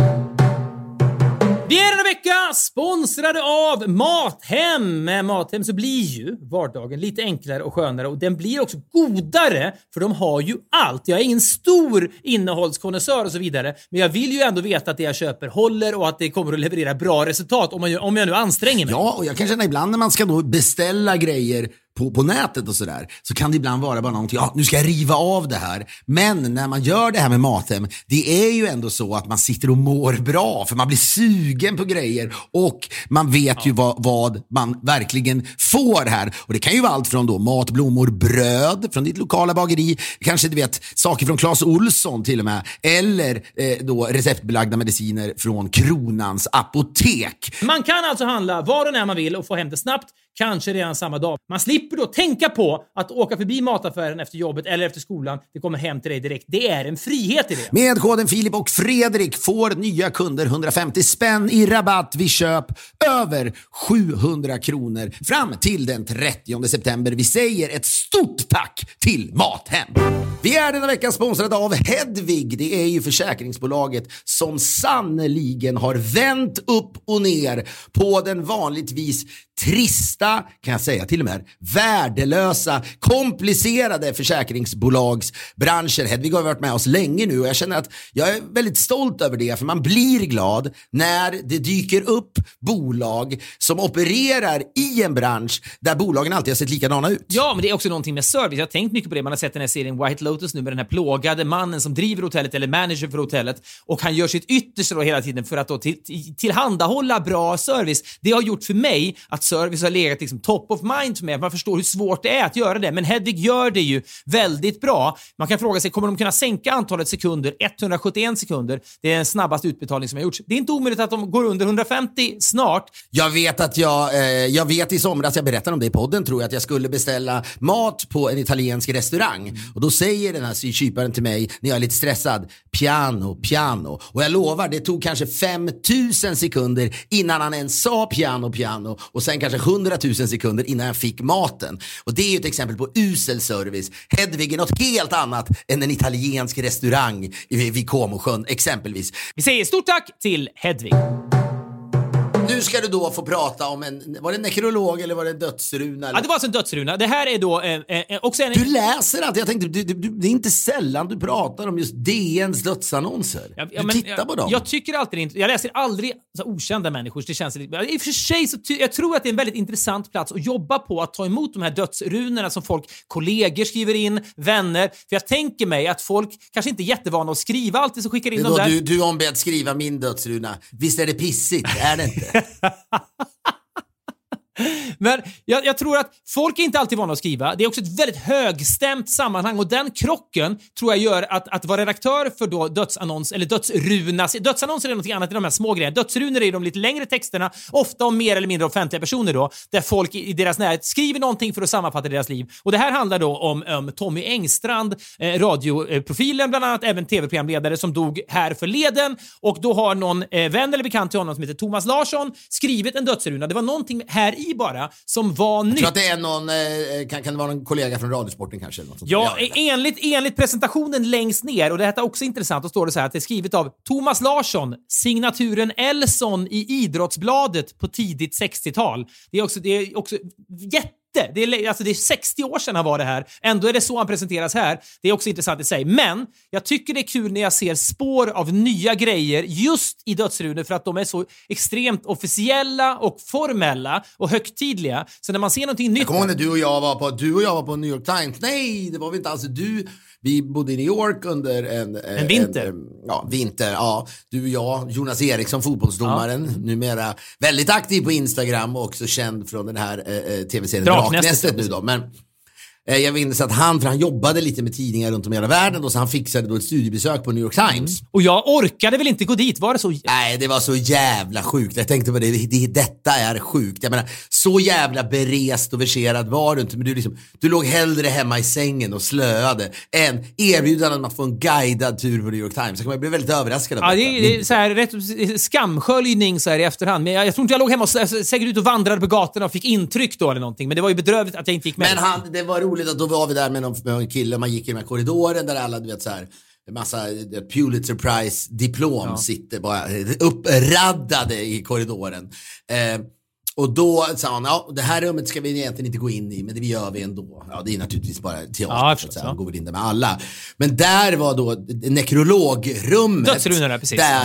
Vi är denna vecka sponsrade av Mathem. Med Mathem så blir ju vardagen lite enklare och skönare och den blir också godare för de har ju allt. Jag är ingen stor innehållskonnässör och så vidare, men jag vill ju ändå veta att det jag köper håller och att det kommer att leverera bra resultat om, man, om jag nu anstränger mig. Ja, och jag kan känna ibland när man ska då beställa grejer på, på nätet och sådär, så kan det ibland vara bara någonting, ja, nu ska jag riva av det här. Men när man gör det här med Mathem, det är ju ändå så att man sitter och mår bra, för man blir sugen på grejer och man vet ja. ju vad, vad man verkligen får här. Och det kan ju vara allt från då mat, blommor, bröd från ditt lokala bageri, kanske du vet saker från Clas Ohlson till och med, eller eh, då receptbelagda mediciner från Kronans apotek. Man kan alltså handla var och när man vill och få hem det snabbt, kanske redan samma dag. Man slipper då tänka på att åka förbi mataffären efter jobbet eller efter skolan. Det kommer hem till dig direkt. Det är en frihet i det. Med koden Filip och Fredrik får nya kunder hundrafemtio spänn i rabatt vid köp över sjuhundra kronor fram till den trettionde september. Vi säger ett stort tack till Mathem. Vi är denna vecka sponsrade av Hedvig. Det är ju försäkringsbolaget som sannoliken har vänt upp och ner på den vanligtvis trista, kan jag säga till och med, värdelösa, komplicerade försäkringsbolagsbranscher. Hedvig har varit med oss länge nu och jag känner att jag är väldigt stolt över det, för man blir glad när det dyker upp bolag som opererar i en bransch där bolagen alltid har sett likadana ut. Ja, men det är också någonting med service. Jag har tänkt mycket på det. Man har sett den här serien White Lotus nu med den här plågade mannen som driver hotellet eller manager för hotellet, och han gör sitt yttersta då hela tiden för att då till, till, tillhandahålla bra service. Det har gjort för mig att service har legat liksom top of mind för mig. Man förstår hur svårt det är att göra det. Men Hedvig gör det ju väldigt bra. Man kan fråga sig, kommer de kunna sänka antalet sekunder? etthundrasjuttioen sekunder. Det är den snabbaste utbetalning som har gjorts. Det är inte omöjligt att de går under hundrafemtio snart. Jag vet att jag, eh, jag vet i somras, jag berättade om det i podden, tror jag, att jag skulle beställa mat på en italiensk restaurang. Mm. Och då säger den här kyparen till mig, när jag är lite stressad, piano, piano. Och jag lovar, det tog kanske femtusen sekunder innan han ens sa piano, piano. Och sen kanske hundratusen sekunder innan jag fick maten. Och det är ju ett exempel på usel service. Hedvig är något helt annat än en italiensk restaurang vid Comosjön exempelvis. Vi säger stort tack till Hedvig. Nu ska du då få prata om en, var det en nekrolog eller var det en dödsruna? Eller? Ja, det var alltså en dödsruna. Det här är då eh, eh, också en... Du läser allt. Jag tänkte, du, du, det är inte sällan du pratar om just D N:s dödsannonser. Ja, ja, du men, tittar jag, på dem. Jag tycker alltid inte... Jag läser aldrig så okända människor. Det känns lite... I och för sig så ty, jag tror att det är en väldigt intressant plats att jobba på, att ta emot de här dödsrunorna som folk, kollegor skriver in, vänner. För jag tänker mig att folk kanske inte är jättevana att skriva alltid, så skickar in dem där. Du, du ombedd att skriva min dödsruna. Visst är det pissigt, är det inte? Men jag, jag tror att folk är inte alltid vana att skriva. Det är också ett väldigt högstämt sammanhang, och den krocken tror jag gör att, att vara redaktör för då dödsannons eller dödsruna. Dödsannonser är något annat än de här små grejerna. Dödsrunor är de lite längre texterna, ofta om mer eller mindre offentliga personer då, där folk i deras närhet skriver någonting för att sammanfatta deras liv. Och det här handlar då om um, Tommy Engstrand, eh, radioprofilen bland annat, även tv-programledare, som dog här förleden. Och då har någon eh, vän eller bekant till honom som heter Thomas Larsson skrivit en dödsruna. Det var någonting här i bara som var nytt. Jag tror att det är någon, eh, kan, kan det vara någon kollega från Radiosporten kanske? Eller något sånt. Ja, enligt, enligt presentationen längst ner, och det här är också intressant, då står det så här att det är skrivet av Thomas Larsson, signaturen Elson i Idrottsbladet på tidigt sextiotal. Det är också, det är också jätte Det är, alltså det är sextio år sedan han var det här. Ändå är det så han presenteras här. Det är också intressant i sig. Men jag tycker det är kul när jag ser spår av nya grejer just i dödsrunor, för att de är så extremt officiella och formella och högtidliga. Så när man ser någonting nytt... Jag kommer ihåg när du och jag var på, du och jag var på New York Times. Nej, det var vi inte alls. Du... Vi bodde i New York under en... En vinter. En, ja, vinter, ja. Du och jag, Jonas Eriksson, fotbollsdomaren, ja. Numera väldigt aktiv på Instagram och också känd från den här eh, tv-serien Draknästet, Draknästet nu då. Men eh, jag minns att han, för han jobbade lite med tidningar runt om i hela världen då, så han fixade då ett studiebesök på New York Times. Mm. Och jag orkade väl inte gå dit, var det så? Nej, det var så jävla sjukt. Jag tänkte på det, det detta är sjukt. Jag menar, så jävla berest och verserad var du inte, men du liksom, du låg hellre hemma i sängen och slöade än erbjudanden om att få en guidad tur på New York Times. Så kan man bli väldigt överraskad av ja, detta. Det är, det är så här, rätt skamsköljning så här i efterhand. Men jag, jag tror inte jag låg hemma och säkert ut och vandrade på gatorna och fick intryck då eller någonting. Men det var ju bedrövligt att jag inte gick med. Men han, det var roligt att då var vi där med, någon, med en kille och man gick i den här korridoren där alla, du vet så här, en massa Pulitzer Prize diplom ja. sitter bara uppraddade i korridoren. Eh, och då sa han, ja, det här rummet ska vi egentligen inte gå in i, men det vi gör vi ändå. Ja, det är naturligtvis bara teater, ja, så att säga. Går vi in där med alla. Men där var då nekrologrummet. Dödsrunorna, precis. Där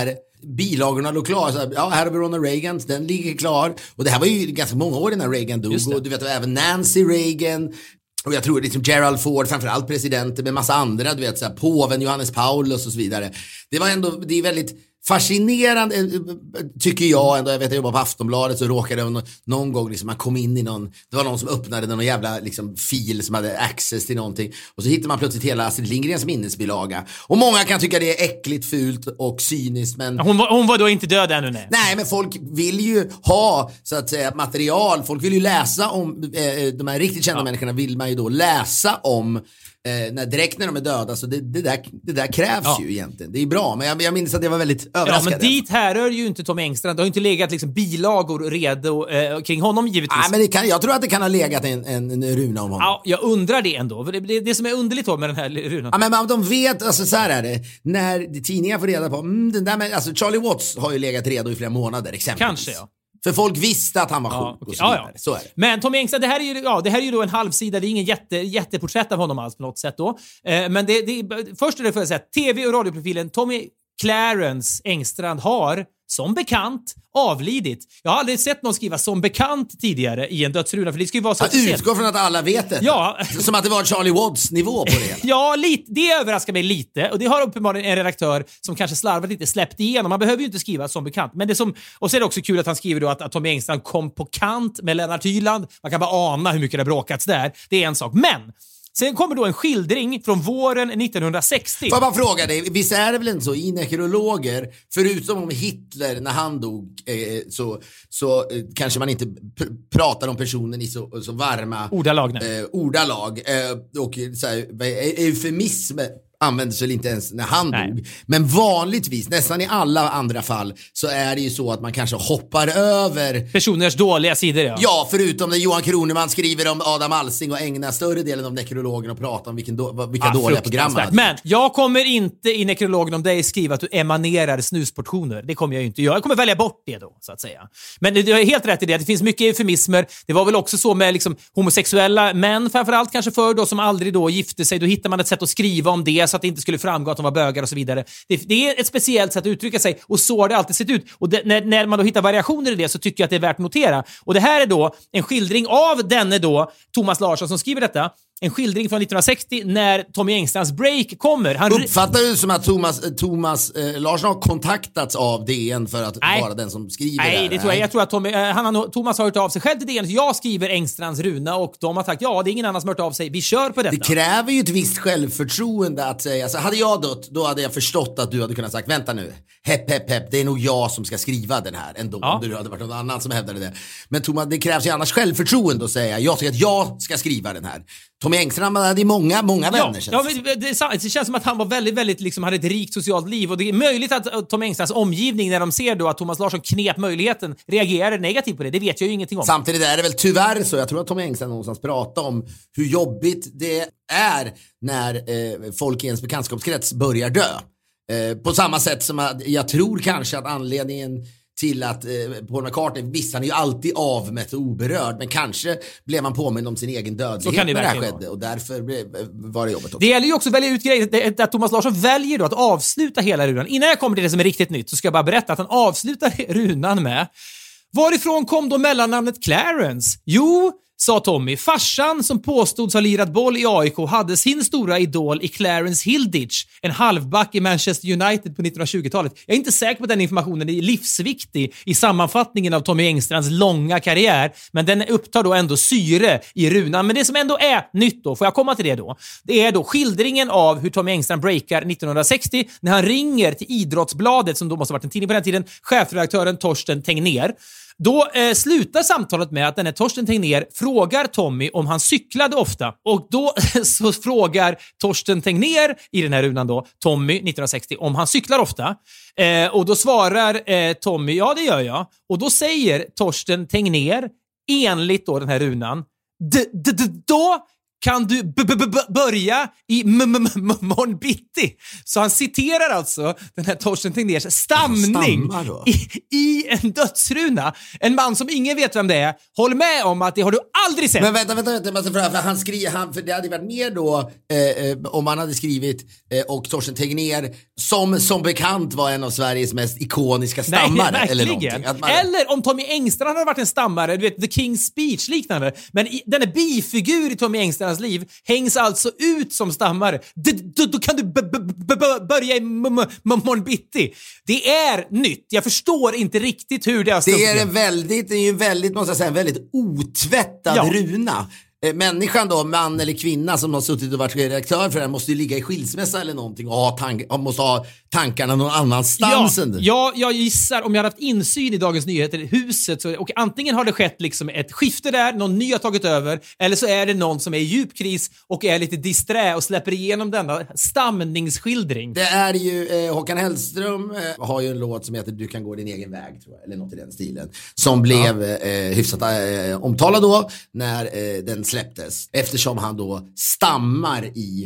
bilagorna låg klar. Så här, ja, här har vi Ronald Reagan, den ligger klar. Och det här var ju ganska många år innan Reagan dog. Och du vet, även Nancy Reagan. Och jag tror liksom Gerald Ford, framförallt presidenter, med massa andra, du vet, så här, påven Johannes Paulus och så vidare. Det var ändå, det är väldigt fascinerande, tycker jag ändå. Jag vet, jag jobbar på Aftonbladet, så råkade jag någon, någon gång liksom, man kom in i någon, det var någon som öppnade någon jävla liksom, fil som hade access till någonting, och så hittar man plötsligt hela Astrid Lindgrens minnesbilaga. Och många kan tycka det är äckligt, fult och cyniskt, men hon var, hon var då inte död ännu, nej. Nej, men folk vill ju ha, så att säga, material. Folk vill ju läsa om eh, de här riktigt kända ja. människorna, vill man ju då läsa om Eh, när, direkt när de är döda, så det, det, där, det där krävs ja. ju egentligen. Det är bra, men jag, jag minns att jag var väldigt överraskad. Ja, men dit här rör ju inte Tommy Engstrand. Det har ju inte legat liksom bilagor redo eh, kring honom givetvis. Nej, men det kan, jag tror att det kan ha legat en, en, en runa om honom. Ja, jag undrar det ändå. Det, det, det som är underligt med den här runan. Ja, men, men de vet, alltså så här är det. När tidningar får reda på, mm, den där med, alltså Charlie Watts har ju legat redo i flera månader, exempelvis. Kanske, ja. För folk visste att han var ja, sjuk okay. och så vidare. Ja, ja. Så är det. Men Tommy Engstrand, det här är ju, ja, det här är ju då en halvsida. Det är ingen jätte, jätteporträtt av honom alls på något sätt då. Eh, men det, det, först är det för att säga T V- och radioprofilen Tommy Clarence Engstrand har, som bekant, avlidit. Jag har aldrig sett någon skriva som bekant tidigare i en dödsruna, för det ska ju vara så. Jag utgår från att alla vet det. Ja. Som att det var Charlie Watts nivå på det. Ja, lite, det överraskar mig lite. Och det har uppenbarligen en redaktör som kanske slarvat lite släppt igenom. Man behöver ju inte skriva som bekant. Men det som, och så är det också kul att han skriver då att, att Tommy Engstrand kom på kant med Lennart Hyland. Man kan bara ana hur mycket det har bråkats där. Det är en sak. Men sen kommer då en skildring från våren nittonhundrasextio. Får jag bara fråga dig, visst är det väl inte så i nekrologer, förutom om Hitler när han dog, eh, så, så eh, kanske man inte pr- pratar om personen i så, så varma ordalag, eh, ordalag eh, och så här, eufemism användes väl inte ens när han Nej. dog. Men vanligtvis, nästan i alla andra fall, så är det ju så att man kanske hoppar över personers dåliga sidor. Ja, ja förutom när Johan Kroneman skriver om Adam Alsing och ägnar större delen av nekrologen och pratar om vilken do- vilka ah, dåliga program han. Men jag kommer inte i nekrologen om dig skriva att du emanerar snusportioner. Det kommer jag ju inte göra. Jag kommer välja bort det då, så att säga. Men du har helt rätt i det. Det finns mycket eufemismer. Det var väl också så med liksom homosexuella män, framförallt kanske för då, som aldrig då gifte sig. Då hittar man ett sätt att skriva om det så att det inte skulle framgå att de var bögar och så vidare. Det, det är ett speciellt sätt att uttrycka sig, och så har det alltid sett ut. Och det, när, när man då hittar variationer i det, så tycker jag att det är värt att notera. Och det här är då en skildring av denne då, Thomas Larsson, som skriver detta. En skildring från nittonhundrasextio när Tommy Engstrands break kommer. Han uppfattar du som att Thomas, Thomas eh, Larsson har kontaktats av D N för att Nej. vara den som skriver? Nej, där? det tror jag. Jag tror att Tommy, eh, han har, Thomas har hört av sig själv till D N. Så jag skriver Engstrands runa, och de har sagt ja, det är ingen annan som har hört av sig. Vi kör på detta. Det kräver ju ett visst självförtroende att säga. Alltså, hade jag dött, då hade jag förstått att du hade kunnat sagt, vänta nu, hepp, hepp, hepp, det är nog jag som ska skriva den här ändå, ja. Om du hade varit någon annan som hävdade det. Men Thomas, det krävs ju annars självförtroende att säga, jag tycker att jag ska skriva den här. Tommy Engstrand hade i många, många vänner. Ja, ja, men det, det, det känns som att han var väldigt, väldigt liksom, hade ett rikt socialt liv, och det är möjligt att Tommy Engstrands omgivning, när de ser då att Thomas Larsson knep möjligheten, reagerar negativt på det. Det vet jag ju ingenting om. Samtidigt är det väl tyvärr så, jag tror att Tommy Engstrand någonstans pratar om hur jobbigt det är när eh, folk i ens bekantskapskrets börjar dö. Eh, på samma sätt som att jag tror kanske att anledningen till att eh, Paul McCartney, visst, han är ju alltid avmätt och oberörd, men kanske blev man påmind om sin egen dödlighet när det här skedde, och därför blev, var det jobbet också. Det gäller ju också att välja ut grejer, att Thomas Larsson väljer då att avsluta hela runan. Innan jag kommer till det som är riktigt nytt, så ska jag bara berätta att han avslutar runan med: varifrån kom då mellannamnet Clarence? Jo, sa Tommy, farsan som påstods ha lirat boll i A I K hade sin stora idol i Clarence Hilditch, en halvback i Manchester United på nittonhundratjugotalet. Jag är inte säker på att den informationen är livsviktig i sammanfattningen av Tommy Engstrands långa karriär, men den upptar då ändå syre i runan. Men det som ändå är nytt då, får jag komma till det då, det är då skildringen av hur Tommy Engstrand breakar nittonhundrasextio när han ringer till Idrottsbladet, som då måste ha varit en tidning på den tiden, chefredaktören Torsten Tegnér. Då eh, slutar samtalet med att den här Torsten Tegnér frågar Tommy om han cyklade ofta. Och då så frågar Torsten Tegnér i den här runan då Tommy nittonhundrasextio om han cyklar ofta. Eh, och då svarar eh, Tommy, ja det gör jag. Och då säger Torsten Tegnér enligt då den här runan, D- d- d- då kan du b- b- b- börja i m- m- m- morgon bitti? Så han citerar alltså den här Torsten Tegnérs stamning i, i en dödsruna. En man som ingen vet vem det är. Håll med om att det har du aldrig sett. Men vänta, vänta, vänta, vänta för, för han skri, han, för det hade varit mer då eh, eh, om han hade skrivit eh, och Torsten Tegnér som som bekant var en av Sveriges mest ikoniska stammare. Nej, eller någonting. Att man... Eller om Tommy Engstrand hade varit en stammare, du vet, The King's Speech liknande. Men i, den är bifigur i Tommy Engstrands liv hängs alltså ut som stammare. D- d- då kan du b- b- b- b- börja i morgon bitti. Det är nytt. Jag förstår inte riktigt hur det har Det är en väldigt, det är ju väldigt, måste jag säga, en väldigt otvättad ja. runa. Människan då, man eller kvinna som har suttit och varit redaktör för den måste ju ligga i skilsmässa eller någonting och ha tank- måste ha tankarna någon annanstans. Ja, ja, jag gissar, om jag har haft insyn i Dagens Nyheter, huset, så, och antingen har det skett liksom ett skifte där, någon ny har tagit över, eller så är det någon som är i djup kris och är lite disträ och släpper igenom denna stamningsskildring. Det är ju, eh, Håkan Hellström eh, har ju en låt som heter Du kan gå din egen väg, tror jag, eller något i den stilen, som blev ja. eh, hyfsat eh, omtalad då när eh, den släpptes, eftersom han då stammar i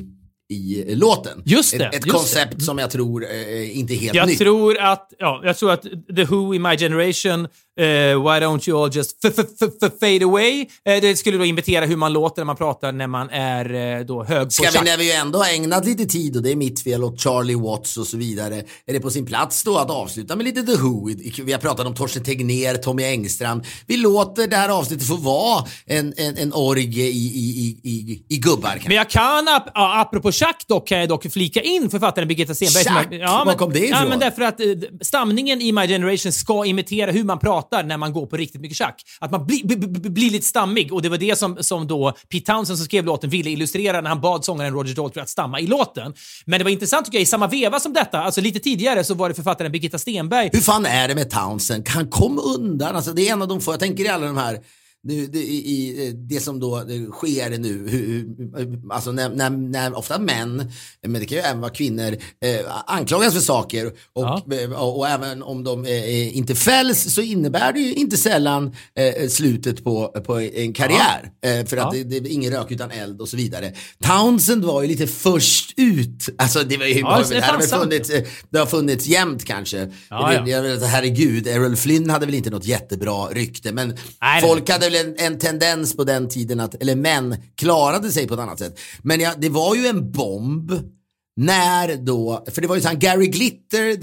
i låten. Just det. Ett, ett just koncept det. som jag tror eh, inte är helt jag nytt. Tror att, ja, jag tror att The Who in My Generation, uh, Why Don't You All Just f- f- f- Fade Away, uh, det skulle då imitera hur man låter när man pratar när man är uh, då hög på Ska schack. vi, när vi ju ändå har ägnat lite tid och det är mitt fel och Charlie Watts och så vidare, är det på sin plats då att avsluta med lite The Who? Vi har pratat om Torsten Tegnér, Tommy Engstrand. Vi låter det här avsnittet få vara en, en, en orgie i, i, i, i, i gubbar. Kanske. Men jag kan, ap- ja, apropå schack dock, kan jag dock flika in författaren Birgitta Stenberg. Schack? Som, ja, Var kom det ifrån? Ja, men därför att eh, stamningen i My Generation ska imitera hur man pratar när man går på riktigt mycket schack. Att man bli, bli, bli, blir lite stammig, och det var det som, som då Pete Townsend som skrev låten ville illustrera när han bad sångaren Roger Daltrey att stamma i låten. Men det var intressant tycker jag, i samma veva som detta, alltså lite tidigare, så var det författaren Birgitta Stenberg. Hur fan är det med Townsend? Han kom undan, alltså det är en av de få, jag tänker i alla de här Nu, det, i, i, det som då det sker nu, hur, alltså när, när, när ofta män, men det kan ju även vara kvinnor, eh, anklagas för saker och, ja. och, och även om de eh, inte fälls så innebär det ju inte sällan eh, slutet på, på en karriär. Ja. Eh, för att ja. det, det är ingen rök utan eld och så vidare. Townsend var ju lite först ut. Alltså det var ju ja, det, det, har funnits, det har funnits jämt kanske. Ja, jag, jag vet, herregud, Errol Flynn hade väl inte något jättebra rykte, men Nej, folk hade väl En, en tendens på den tiden att, eller män klarade sig på ett annat sätt. Men ja, det var ju en bomb när då, för det var ju så han Gary Glitter,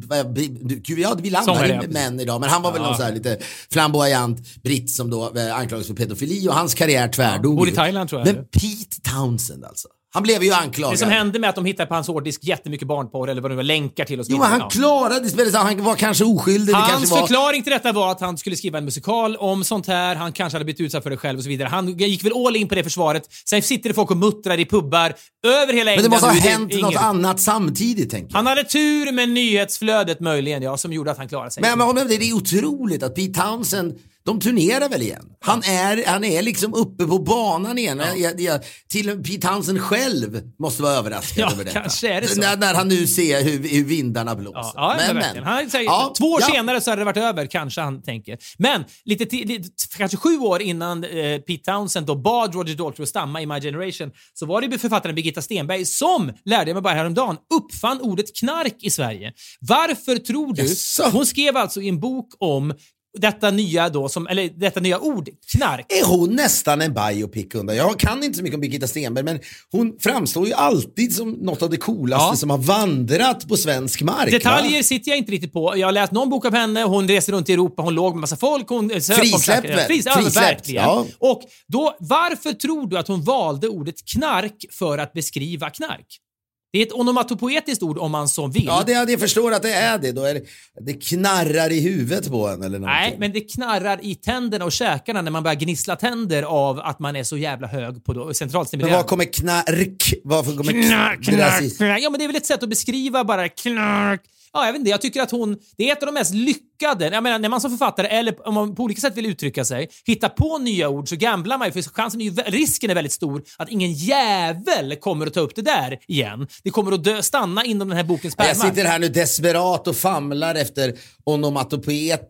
den, ja, vi landar med män idag, men han var väl ja. någon så här lite flamboyant britt som då anklagades för pedofili och hans karriär tvärdog. Ja, bor i Thailand tror jag. Men Pete Townsend alltså. Han blev ju anklagad. Det som hände med att de hittade på hans hårddisk jättemycket barnporr eller vad det var, länkar till och så vidare. Jo, men han klarade det. Han var kanske oskyldig. Hans det kanske var... förklaring till detta var att han skulle skriva en musikal om sånt här. Han kanske hade blivit utsatt för det själv och så vidare. Han gick väl all in på det försvaret. Sen sitter det folk och muttrar i pubbar över hela England. Men det måste ha hänt ingen... något annat samtidigt, tänker jag. Han hade tur med nyhetsflödet möjligen, ja, som gjorde att han klarade sig. Men, men, men det är otroligt att Pete Townsend, de turnerar väl igen. Han är, han är liksom uppe på banan igen. Ja. Jag, jag, till Pete Townsend själv måste vara överraskad ja, över detta. Kanske är det så. När, när han nu ser hur, hur vindarna blåser. Ja, ja, men, men. Han säger, ja, två år ja. senare så hade det varit över, kanske han tänker. Men lite, t- lite kanske sju år innan eh, Pete Townsend då bad Roger Daltrey att stamma i My Generation, så var det författaren Birgitta Stenberg som, lärde jag mig bara häromdagen, uppfann ordet knark i Sverige. Varför tror du? Yes. Hon skrev alltså i en bok om detta nya då, som, eller detta nya ord, knark. Är hon nästan en biopic undan? Jag kan inte så mycket om Birgitta Stenberg, men hon framstår ju alltid som något av det coolaste ja. som har vandrat på svensk mark. Detaljer va? sitter jag inte riktigt på. Jag har läst någon bok av henne, hon reste runt i Europa, hon låg med massa folk, hon frisläppt väl? Fris, ja, Frisläppt, verkligen. Ja. Och då, varför tror du att hon valde ordet knark för att beskriva knark? Det är ett onomatopoetiskt ord om man så vill. Ja, det, jag förstår att det är det. Då är det, det knarrar i huvudet på en eller någonting. Nej, men det knarrar i tänderna och käkarna när man börjar gnissla tänder av att man är så jävla hög på centralstimulerande. Men vad kommer knark? Vad kommer knark, knark, knark? Ja, men det är väl ett sätt att beskriva bara knark. Ja, jag vet inte. Jag tycker att hon, det är ett av de mest lyckade. Jag menar, när man som författare eller om man på olika sätt vill uttrycka sig, hitta på nya ord, så gamblar man ju, för chansen är ju, risken är väldigt stor att ingen jävel kommer att ta upp det där igen. Det kommer att dö, stanna inom den här bokens pärmar. Jag sitter här nu desperat och famlar efter onomatopoetiskt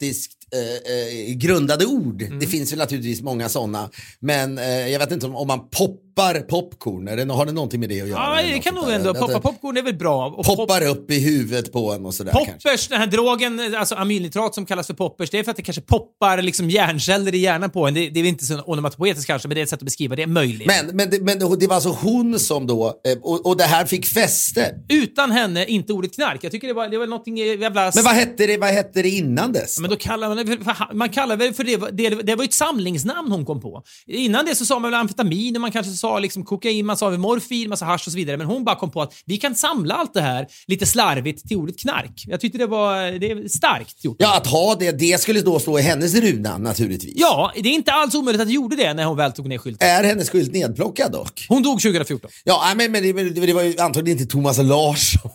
eh, eh, grundade ord. Mm. Det finns väl naturligtvis många sådana. Men eh, jag vet inte om, om man poppar popcorn. Eller har det någonting med det att göra? Ja, det kan nog ändå. Poppa popcorn är väl bra. Och poppar pop- upp i huvudet på en och sådär. Poppers, kanske. den här drogen, alltså amylnitrat som kallas för poppers, det är för att det kanske poppar liksom hjärnceller i hjärnan på en. Det, det är inte så onomatopoetiskt kanske, men det är ett sätt att beskriva det. är möjligt. Men, men, det, men det var alltså hon som då, eh, och, och det här fick fäste. Utan henne, inte ordet knark. Jag tycker det var, det var någonting jävla... Men vad hette det, vad hette det innan dess? Men då kallar man det för, man kallar det för det, det, det var ju ett samlingsnamn hon kom på. Innan det så sa man väl amfetamin, och man kanske sa liksom kokain, man sa morfin, man sa hasch och så vidare. Men hon bara kom på att vi kan samla allt det här lite slarvigt till ordet knark. Jag tyckte det var det är starkt gjort. Ja, att ha det, det skulle då stå i hennes runa naturligtvis. Ja, det är inte alls omöjligt att det gjorde det när hon väl tog ner skylten. Är hennes skylt nedplockad dock? Hon dog tjugohundrafjorton. Ja, men, men det, det var ju antagligen inte Thomas Larsson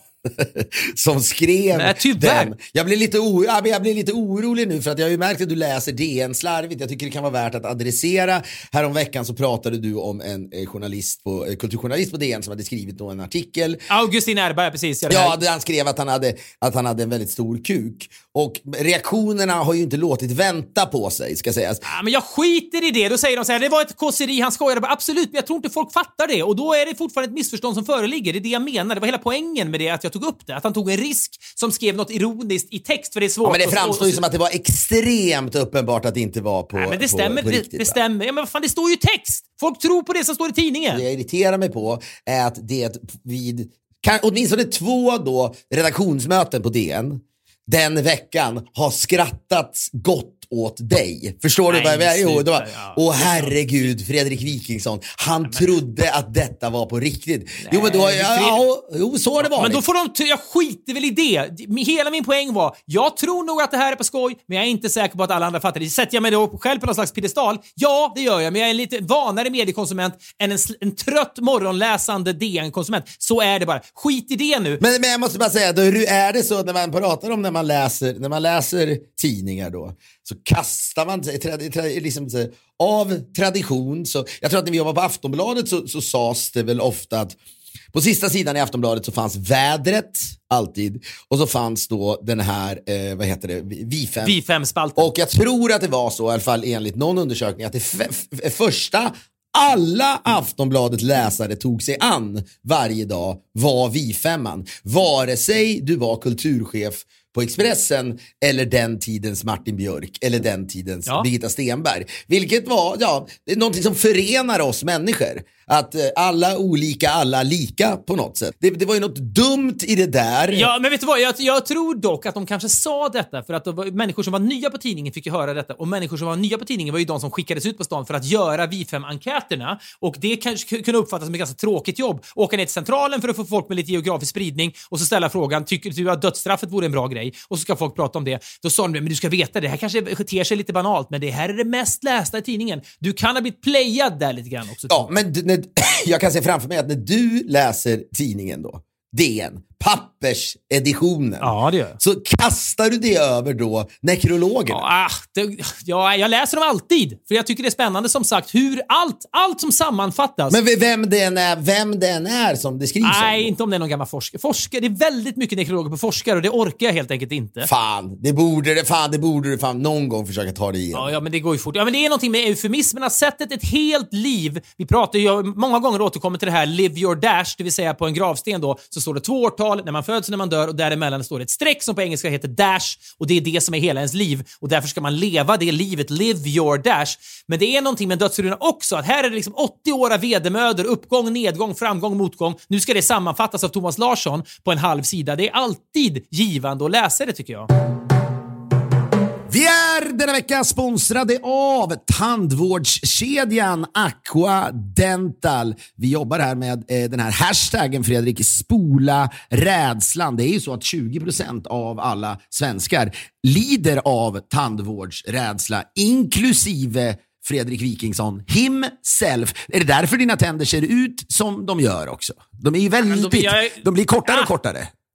som skrev Nej, tyvärr. den. Jag blir, lite o- ja, men jag blir lite orolig nu, för att jag har ju märkt att du läser D N slarvigt. Jag tycker det kan vara värt att adressera. Härom veckan så pratade du om en eh, journalist på, eh, kulturjournalist på D N som hade skrivit då en artikel. Augustin Erberg, precis. Jag Ja, där han skrev att han, hade, att han hade en väldigt stor kuk. Och reaktionerna har ju inte låtit vänta på sig, ska sägas. Ja, men jag skiter i det. Då säger de så här, det var ett kåseri, han skojade. Absolut, men jag tror inte folk fattar det. Och då är det fortfarande ett missförstånd som föreligger. Det är det jag menar. Det var hela poängen med det, att jag tog upp det. Att han tog en risk som skrev något ironiskt i text, för det är svårt. Ja, men det och- framstår ju och- som att det var extremt uppenbart att det inte var på, Nej, men det på, stämmer. på riktigt. det, det va? stämmer. Ja, men vad fan, det står ju text. Folk tror på det som står i tidningen. Det jag irriterar mig på är att det vid kan, åtminstone två då redaktionsmöten på D N den veckan har skrattats gott åt dig. Förstår Nej, du vad jag menar? Jo, sluta, då, ja. och herregud, Fredrik Wikingsson, han men, trodde att detta var på riktigt. Nej, jo, men då, ja, ja, jo, så har det varit. Men då får de, t- jag skiter väl i det. Hela min poäng var, jag tror nog att det här är på skoj, men jag är inte säker på att alla andra fattar det. Sätter jag mig då själv på någon slags piedestal? Ja, det gör jag, men jag är en lite vanare mediekonsument än en, sl- en trött morgonläsande D N-konsument. Så är det bara. Skit i det nu. Men, men jag måste bara säga, då är det så när man pratar om när man läser, när man läser tidningar då, så kastar man sig tra, tra, liksom, så, av tradition. Så, jag tror att när vi jobbade på Aftonbladet så, så sades det väl ofta att på sista sidan i Aftonbladet så fanns vädret alltid, och så fanns då den här, eh, vad heter det, V fem. Vi fem-spalten. Och jag tror att det var så, i alla fall enligt någon undersökning, att det f- f- första alla Aftonbladet läsare tog sig an varje dag var Vi femman. Vare sig du var kulturchef på Expressen eller den tidens Martin Björk eller den tidens Ja. Birgitta Stenberg. Vilket var, ja, det är någonting som förenar oss människor. Att eh, alla olika, alla lika på något sätt. Det, det var ju något dumt i det där. Ja, men vet du vad? Jag, jag tror dock att de kanske sa detta för att det var, människor som var nya på tidningen fick ju höra detta. Och människor som var nya på tidningen var ju de som skickades ut på stan för att göra Vi fem-enkäterna. Och det kanske kunde uppfattas som ett ganska tråkigt jobb. Åka ner till centralen för att få folk med lite geografisk spridning och så ställa frågan, tycker du att dödsstraffet vore en bra grej? Och så ska folk prata om det. Då sa de, men du ska veta, det här kanske ter sig lite banalt, men det här är det mest lästa i tidningen. Du kan ha blivit playad där lite grann också. Ja, men d- när, jag kan se framför mig att när du läser tidningen då, D N, papperseditionen, Ja, det gör jag. så kastar du det över då nekrologerna. Ja, ah, det, ja, jag läser dem alltid. För jag tycker det är spännande som sagt hur allt, allt som sammanfattas. Men vem den är, vem den är som det skrivs Nej, om? inte om det är någon gammal forskare. Forskare, det är väldigt mycket nekrologer på forskare och det orkar jag helt enkelt inte. Fan, det borde det fan, det borde du fan någon gång försöka ta dig igenom. Ja, ja, men det går ju fort. Ja, men det är någonting med eufemismerna. Sättet ett helt liv. Vi pratar ju många gånger återkommer till det här live your dash, det vill säga på en gravsten då så står det två årtal när man föds och när man dör och däremellan står det ett streck som på engelska heter dash och det är det som är hela ens liv och därför ska man leva det livet, live your dash. Men det är någonting med dödsruna också att här är det liksom åttio år av vedermödor, uppgång, nedgång, framgång, motgång. Nu ska det sammanfattas av Thomas Larsson på en halv sida. Det är alltid givande att läsa det tycker jag. Vi är denna vecka sponsrade av tandvårdskedjan Aqua Dental. Vi jobbar här med eh, den här hashtaggen, Fredrik, spola rädslan. Det är ju så att tjugo procent av alla svenskar lider av tandvårdsrädsla, inklusive Fredrik Wikingsson himself. Är det därför dina tänder ser ut som de gör också? De är ju väldigt, men de- jag- de blir kortare Ah. och kortare.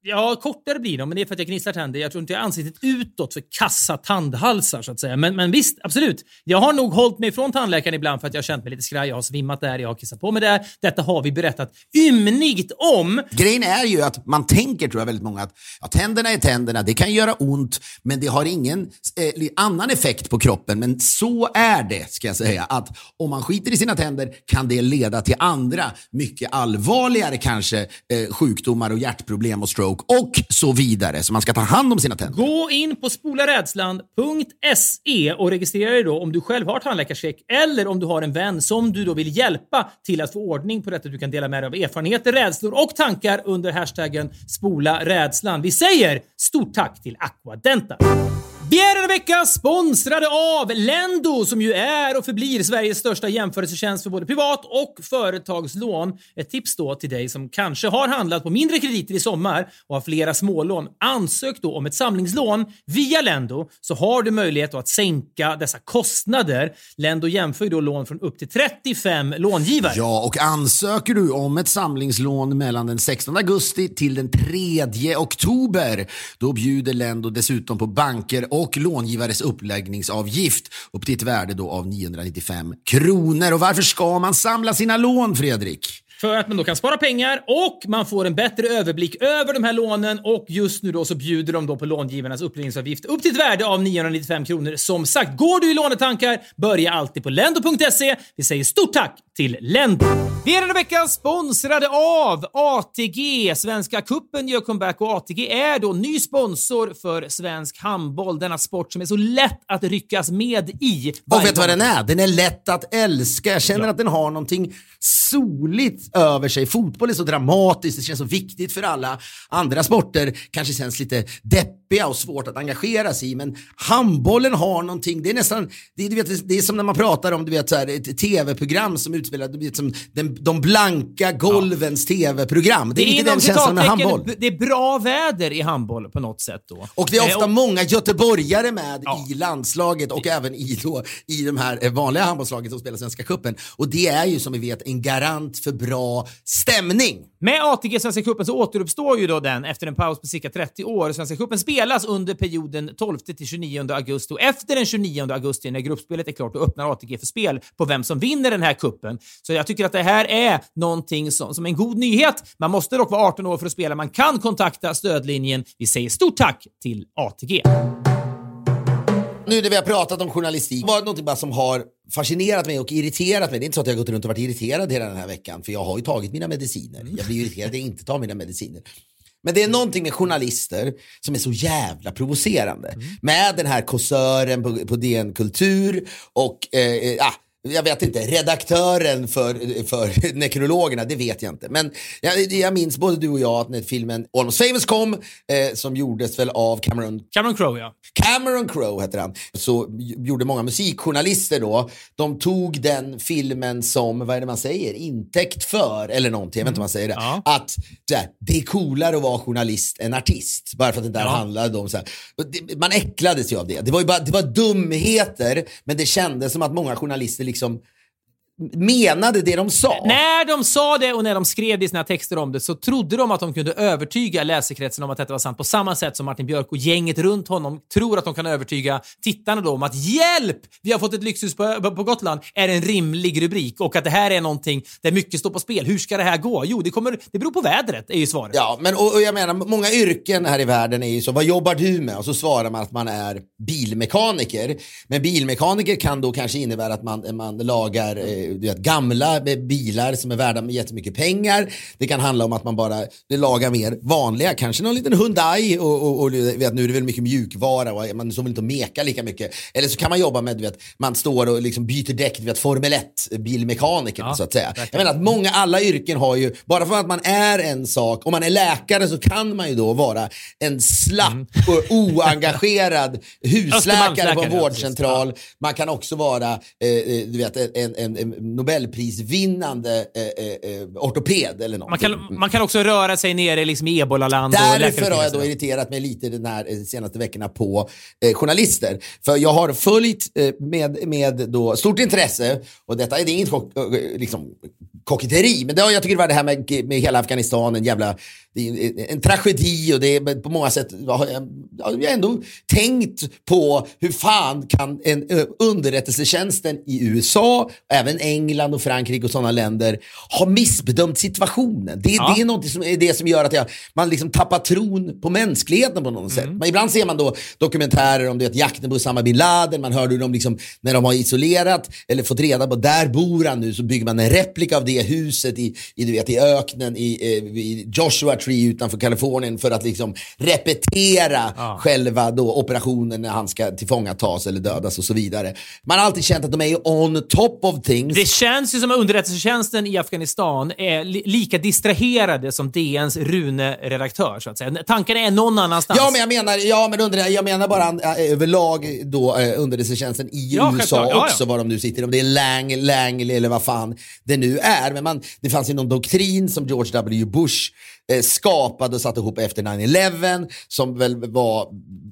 Ja, kortare blir de, men det är för att jag gnisslar tänder. Jag tror inte jag har ansiktet utåt för kassa tandhalsar, så att säga. Men, men visst, absolut. Jag har nog hållit mig från tandläkaren ibland för att jag har känt mig lite skraj. Jag har svimmat där, jag har kissat på mig där. Detta har vi berättat ymnigt om. Grejen är ju att man tänker, tror jag, väldigt många att ja, tänderna är tänderna, det kan göra ont, men det har ingen eh, annan effekt på kroppen. Men så är det, ska jag säga, att om man skiter i sina tänder kan det leda till andra, mycket allvarligare kanske, eh, sjukdomar och hjärtproblem och stroke och så vidare. Så man ska ta hand om sina tänder. Gå in på spolarädslan punkt se och registrera dig då om du själv har tandläkarcheck eller om du har en vän som du då vill hjälpa till att få ordning på detta. Du kan dela med dig av erfarenheter, rädslor och tankar under hashtaggen spola rädslan. Vi säger stort tack till Aquadenta. Vi är denna vecka sponsrade av Lendo, som ju är och förblir Sveriges största jämförelsetjänst för både privat- och företagslån. Ett tips då till dig som kanske har handlat på mindre krediter i sommar och har flera smålån. Ansök då om ett samlingslån via Lendo, så har du möjlighet att sänka dessa kostnader. Lendo jämför ju då lån från upp till trettiofem långivare. Ja, och ansöker du om ett samlingslån mellan den sextonde augusti till den tredje oktober, då bjuder Lendo dessutom på banker och långivares uppläggningsavgift upp till ett värde då av niohundranittiofem kronor. Och varför ska man samla sina lån, Fredrik? För att man då kan spara pengar och man får en bättre överblick över de här lånen, och just nu då så bjuder de då på långivarnas uppläggningsavgift upp till ett värde av niohundranittiofem kronor. Som sagt, går du i lånetankar, börja alltid på lendo punkt se. Vi säger stort tack till Lendo. Vi är den här veckan sponsrade av A T G. Svenska Cupen gör comeback och A T G är då ny sponsor för svensk handboll. Denna sport som är så lätt att ryckas med i. Och vet du vad den är? Den är lätt att älska. Jag känner ja. att den har någonting soligt över sig. Fotboll är så dramatiskt, det känns så viktigt för alla. Andra sporter kanske känns lite deppiga och svårt att engagera sig i, men handbollen har någonting. Det är nästan, det är, du vet, det är som när man pratar om, du vet, så här, ett tv-program som utspelar, du vet, som den, de blanka golvens ja. tv-program. Det är, det är lite den känslan med handboll. Det är bra väder i handboll på något sätt då. Och det är ofta eh, och, många göteborgare med ja. i landslaget och även i, då, i de här vanliga handbollslaget som spelar Svenska Cupen. Och det är ju som vi vet en garant för bra stämning. Med A T G Svenska Cupen så återuppstår ju då den efter en paus på cirka trettio år. Svenska Cupen spelas under perioden tolfte till tjugonionde augusti, och efter den tjugonionde augusti när gruppspelet är klart då öppnar A T G för spel på vem som vinner den här kuppen. Så jag tycker att det här är någonting som, som en god nyhet. Man måste dock vara arton år för att spela. Man kan kontakta stödlinjen. Vi säger stort tack till A T G. Nu när vi har pratat om journalistik, var det något bara som har fascinerat mig och irriterat mig. Det är inte så att jag har gått runt och varit irriterad hela den här veckan, för jag har ju tagit mina mediciner. Jag blir irriterad att jag inte tar mina mediciner. Men det är någonting med journalister som är så jävla provocerande. Mm. Med den här kossören på, på D N Kultur och eh, ja, jag vet inte, redaktören för, för nekrologerna, det vet jag inte. Men jag, jag minns både du och jag att när filmen Almost Famous kom, eh, som gjordes väl av Cameron... Cameron Crowe, ja. Cameron Crowe heter han. Så gjorde många musikjournalister då. De tog den filmen som, vad är det man säger? Intäkt för, eller någonting, jag vet inte vad man säger det. Ja. Att här, det är coolare att vara journalist än artist. Bara för att det där ja. handlade om så här. Man äcklades ju av det. Det var ju bara, det var dumheter, men det kändes som att många journalister liksom menade det de sa. När de sa det och när de skrev det i sina texter om det, så trodde de att de kunde övertyga läsekretsen om att detta var sant, på samma sätt som Martin Björk och gänget runt honom tror att de kan övertyga tittarna då om att hjälp, vi har fått ett lyxhus på, på Gotland, är en rimlig rubrik, och att det här är någonting där mycket står på spel. Hur ska det här gå? Jo, det, kommer, det beror på vädret, är ju svaret. Ja, men och, och jag menar, många yrken här i världen är ju så, vad jobbar du med? Och så svarar man att man är bilmekaniker. Men bilmekaniker kan då kanske innebära att man, man lagar eh, du vet, gamla bilar som är värda med jättemycket pengar. Det kan handla om att man bara lagar mer vanliga, kanske någon liten Hyundai och, och, och vet, nu är det väl mycket mjukvara och man så vill inte meka lika mycket. Eller så kan man jobba med, du vet, man står och liksom byter däck, du vet, Formel ett bilmekaniker, ja, så att säga. Verkligen. Jag menar att många, alla yrken har ju, bara för att man är en sak, om man är läkare så kan man ju då vara en slapp mm. och oengagerad husläkare på en vårdcentral. Man kan också vara eh, du vet, en, en, en Nobelprisvinnande eh, eh, ortoped eller något. Man kan, man kan också röra sig nere liksom i Ebola-land. Därför har jag då irriterat mig lite den här senaste veckorna på eh, journalister. För jag har följt eh, med, med då stort intresse, och detta är det inget chock, liksom, koketteri, men det har jag tycker det var det här med, med hela Afghanistan, en jävla det är en tragedi och det är på många sätt, jag, jag har ändå tänkt på hur fan kan en underrättelsetjänsten i U S A, även England och Frankrike och sådana länder ha missbedömt situationen. Det, ja. det är något som är det som gör att jag, man liksom tappar tron på mänskligheten på något mm. sätt. Men ibland ser man då dokumentärer om det, jakten på Osama bin Laden, man hör hur de liksom, när de har isolerat eller fått reda på där bor han nu, så bygger man en replika av det huset i, i, du vet, i öknen i, i Joshua Tree utanför Kalifornien för att liksom repetera ja. själva då operationen när han ska tillfångatas eller dödas och så vidare. Man har alltid känt att de är on top of things. Det känns ju som att underrättelsetjänsten i Afghanistan är li- lika distraherade som D N:s Rune-redaktör, så att säga. Tanken är någon annanstans. Ja, men jag menar, ja, men under, jag menar bara äh, överlag då äh, underrättelsetjänsten i ja, U S A ja, ja. också, var de nu sitter. Om det är Lang, Langley eller vad fan det nu är. Men man, det fanns ju någon doktrin som George W. Bush eh, skapade och satte ihop efter nine eleven som väl var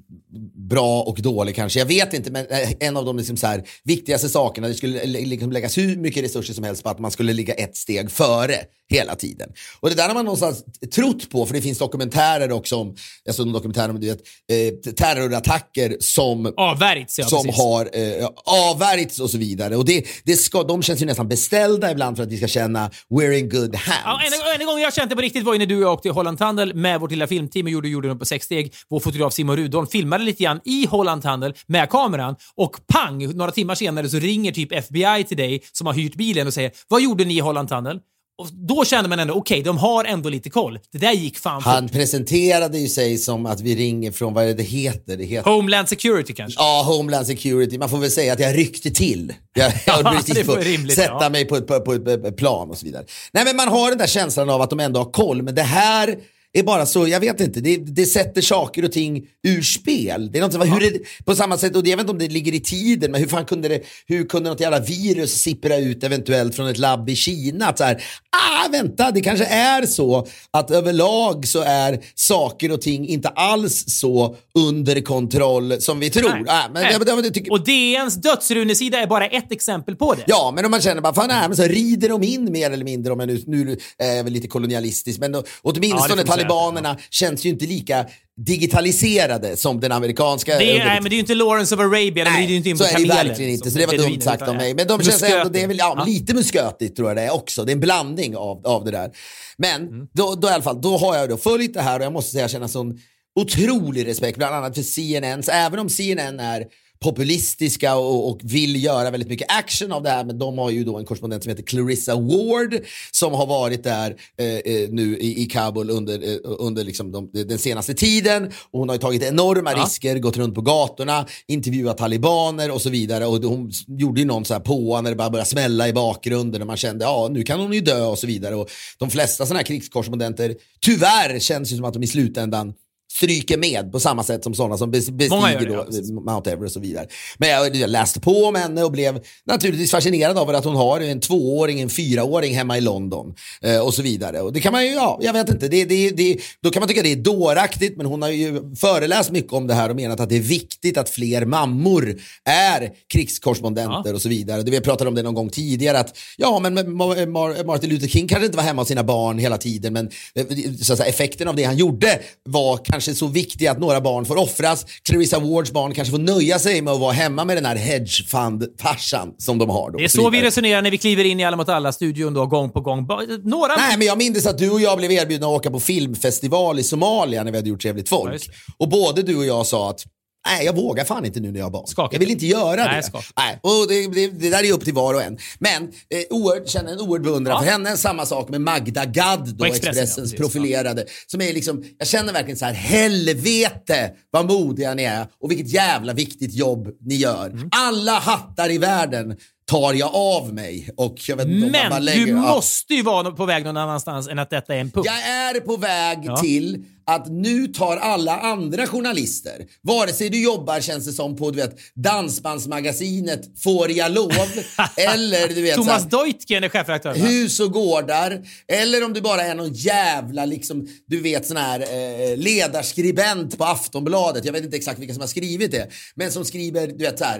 bra och dålig kanske. Jag vet inte, men en av de liksom så här viktigaste sakerna, det skulle liksom läggas hur mycket resurser som helst på att man skulle ligga ett steg före hela tiden. Och det där har man någonstans trott på, för det finns dokumentärer också om, jag såg en dokumentär om, du vet, eh, terrorattacker som avvärjts, ja, som precis. har eh, avvärjts och så vidare. Och det, det ska, de känns ju nästan beställda ibland för att vi ska känna we're in good hands. Ja, en, en gång jag kände på riktigt var ju när du och jag åkte till Holland Tunnel med vårt lilla filmteam och gjorde, gjorde den på sex steg. Vår fotograf Simon Rudolf filmade lite grann i Holland Tunnel med kameran, och pang, några timmar senare så ringer typ F B I till dig som har hyrt bilen och säger, vad gjorde ni i Holland Tunnel? Och då kände man ändå, okej, okay, de har ändå lite koll. Det där gick fan fort. Han presenterade ju sig som att vi ringer från, vad är det heter? Det heter Homeland Security kanske? Ja, Homeland Security. Man får väl säga att jag ryckte till. Jag, jag ja, det får rimligt, sätta ja. mig på ett, på, på ett plan och så vidare. Nej, men man har den där känslan av att de ändå har koll. Men det här är bara så, jag vet inte, det, det sätter saker och ting ur spel. Det är något, hur det, på samma sätt, och jag vet inte om det ligger i tiden, men hur fan kunde det, hur kunde något jävla virus sippra ut eventuellt från ett labb i Kina? Att så här, ah, vänta, det kanske är så att överlag så är saker och ting inte alls så under kontroll som vi tror. Nej, ah, men nej. Jag, jag, jag tycker... Och D N:s dödsrunesida är bara ett exempel på det. Ja, men om man känner bara, fan, nej, men så rider de in mer eller mindre, om jag nu, nu är jag väl lite kolonialistisk, men då, åtminstone ja, talibanerna känns ju inte lika digitaliserade som den amerikanska. Det är, nej, men det är ju inte Lawrence of Arabia. Nej, de ju inte in på så är det kameler, verkligen inte. Så det var dumt sagt av mig. Men de känns ändå, det är väl ja, ja. lite muskötigt tror jag det är också. Det är en blandning av, av det där. Men mm. då, då i alla fall, då har jag då följt det här, och jag måste säga jag känner sån otrolig respekt bland annat för C N N. Så även om C N N är populistiska och, och vill göra väldigt mycket action av det här, men de har ju då en korrespondent som heter Clarissa Ward som har varit där eh, nu i, i Kabul under, eh, under liksom de, den senaste tiden, och hon har ju tagit enorma ja. risker, gått runt på gatorna, intervjuat talibaner och så vidare, och hon gjorde ju någon så här på när det bara började smälla i bakgrunden och man kände, ja nu kan hon ju dö och så vidare, och de flesta sådana här krigskorrespondenter tyvärr känns ju som att de i slutändan stryker med på samma sätt som sådana som bestiger då, ja, Mount Everest och så vidare. Men jag, jag läste på om henne och blev naturligtvis fascinerad av att hon har en tvååring, en fyraåring hemma i London eh, och så vidare. Och det kan man ju, ja, jag vet inte, det, det, det, då kan man tycka det är dåraktigt, men hon har ju föreläst mycket om det här och menat att det är viktigt att fler mammor är krigskorrespondenter ja. och så vidare. Vi pratade om det någon gång tidigare att ja, men Martin Luther King kanske inte var hemma hos sina barn hela tiden, men så att säga, effekten av det han gjorde var kanske så viktig att några barn får offras. Clarissa Wards barn kanske får nöja sig med att vara hemma med den här hedgefund-farsan som de har då. Det är så, så vi resonerar när vi kliver in i Alla mot alla-studion då, gång på gång. Några... Nej, men jag minns att du och jag blev erbjudna att åka på filmfestival i Somalia när vi hade gjort Trevligt folk. Ja, och både du och jag sa att nej, jag vågar fan inte nu när jag har barn. Skakigt. Jag vill inte göra Nej, det. Nej, och det, det, det där är upp till var och en. Men eh, oerhört, känner en oerhört beundran ja. för henne. Samma sak med Magda Gad då, Expressens ja, profilerade. Ja. Som är liksom, jag känner verkligen så här, helvete vad modiga ni är och vilket jävla viktigt jobb ni gör. Mm. Alla hattar i världen tar jag av mig. Och jag vet inte, men man lägger, du ja. måste ju vara på väg någon annanstans än att detta är en punkt. Jag är på väg ja. till att nu tar alla andra journalister, vare sig du jobbar känns det som på, du vet, Dansbandsmagasinet Får jag lov eller du vet Thomas Deutgen är chefredaktör. Hus och gårdar, eller om du bara är någon jävla liksom, du vet sån här eh, ledarskribent på Aftonbladet. Jag vet inte exakt vilka som har skrivit det, men som skriver, du vet så här,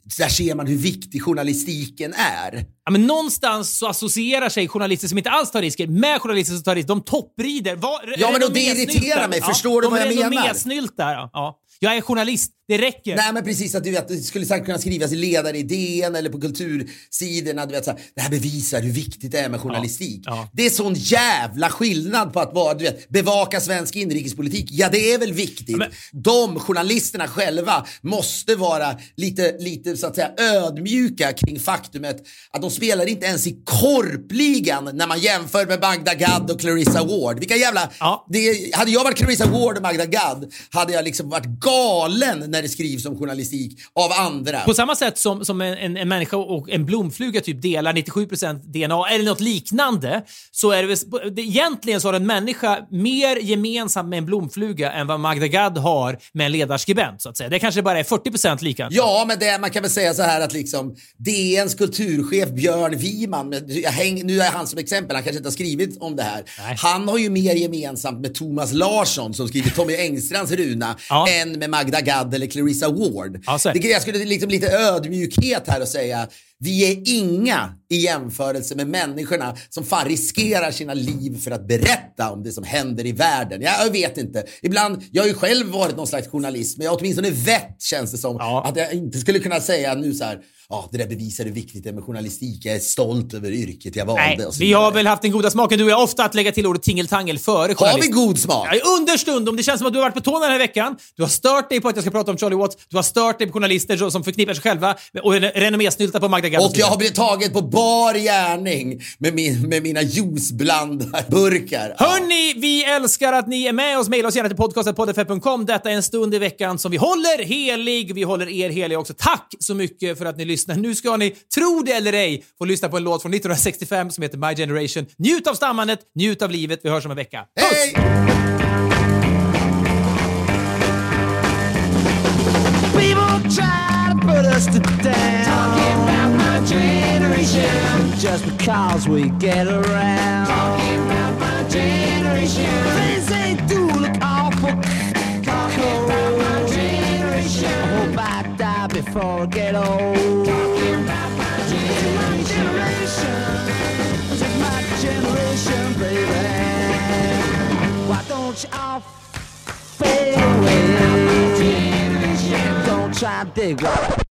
där ser man hur viktig journalistiken är. Ja, men någonstans så associerar sig journalister som inte alls tar risker med journalister som tar risker. De topprider. Var, ja, men då det irriterar mig. Förstår ja, du vad jag menar? De är renomésnyltar. Ja. Ja. Jag är journalist. Det räcker. Nej, men precis att du vet, det skulle säkert kunna skrivas i ledare i D N eller på kultursidorna. Du vet, så här, det här bevisar hur viktigt det är med journalistik. Ja. Ja. Det är sån jävla skillnad på att vara, du vet, bevaka svensk inrikespolitik. Ja, det är väl viktigt. Ja, men... De journalisterna själva måste vara lite, lite så att säga ödmjuka kring faktumet att de spelar inte ens i korpligan när man jämför med Magda Gad och Clarissa Ward. Vilka jävla... Ja. Det, hade jag varit Clarissa Ward och Magda Gad hade jag liksom varit galen när det skrivs om journalistik av andra. På samma sätt som, som en, en, en människa och en blomfluga typ delar nittiosju procent D N A eller något liknande, så är det väl, det, egentligen så har en människa mer gemensamt med en blomfluga än vad Magda Gad har med en ledarskribent, så att säga. Det kanske bara är fyrtio procent lika. Ja, men det, man kan väl säga så här att liksom D N:s kulturchef Björn Wiman, jag häng, nu är han som exempel, han kanske inte har skrivit om det här. Nej. Han har ju mer gemensamt med Thomas Larsson som skriver Tommy Engstrands Runa ja. än med Magda Gad eller Clarissa Ward. Ja, det, jag skulle liksom lite ödmjukhet här och säga vi är inga i jämförelse med människorna som fan riskerar sina liv för att berätta om det som händer i världen. Jag vet inte. Ibland, jag har ju själv varit någon slags journalist, men jag åtminstone vet, känns det som, ja. att jag inte skulle kunna säga nu så här, ja, oh, det där bevisar hur viktigt det är med journalistik. Jag är stolt över yrket jag valde. Nej, vi har väl haft den goda smaken, du och jag, ofta att lägga till ordet tingeltangel före journalist. Har vi god smak? Ja, understund, om det känns som att du har varit på tårna den här veckan. Du har stört dig på att jag ska prata om Charlie Watts. Du har stört dig på journalister som förknippar sig själva och renommésnyltar på Magda Gad. Och jag har blivit taget på bar gärning med, min, med mina juiceblandarburkar. Hörni, vi älskar att ni är med oss. Maila oss gärna till podcastet podd f m punkt com. Detta är en stund i veckan som vi håller helig. Vi håller er helig också. Tack så mycket för att ni lyssnar. Nu ska ni, tro det eller ej, få lyssna på en låt från nittonhundrasextiofem som heter My Generation. Njut av stammandet, njut av livet. Vi hörs om en vecka. Hej! People try to put us to down, talking about my generation, just because we get around, talking about my generation, things they do look awful, talking about my generation, I hope I die before I get old, talking about my generation, just my generation, baby, why don't you all fade away? Don't try to dig up.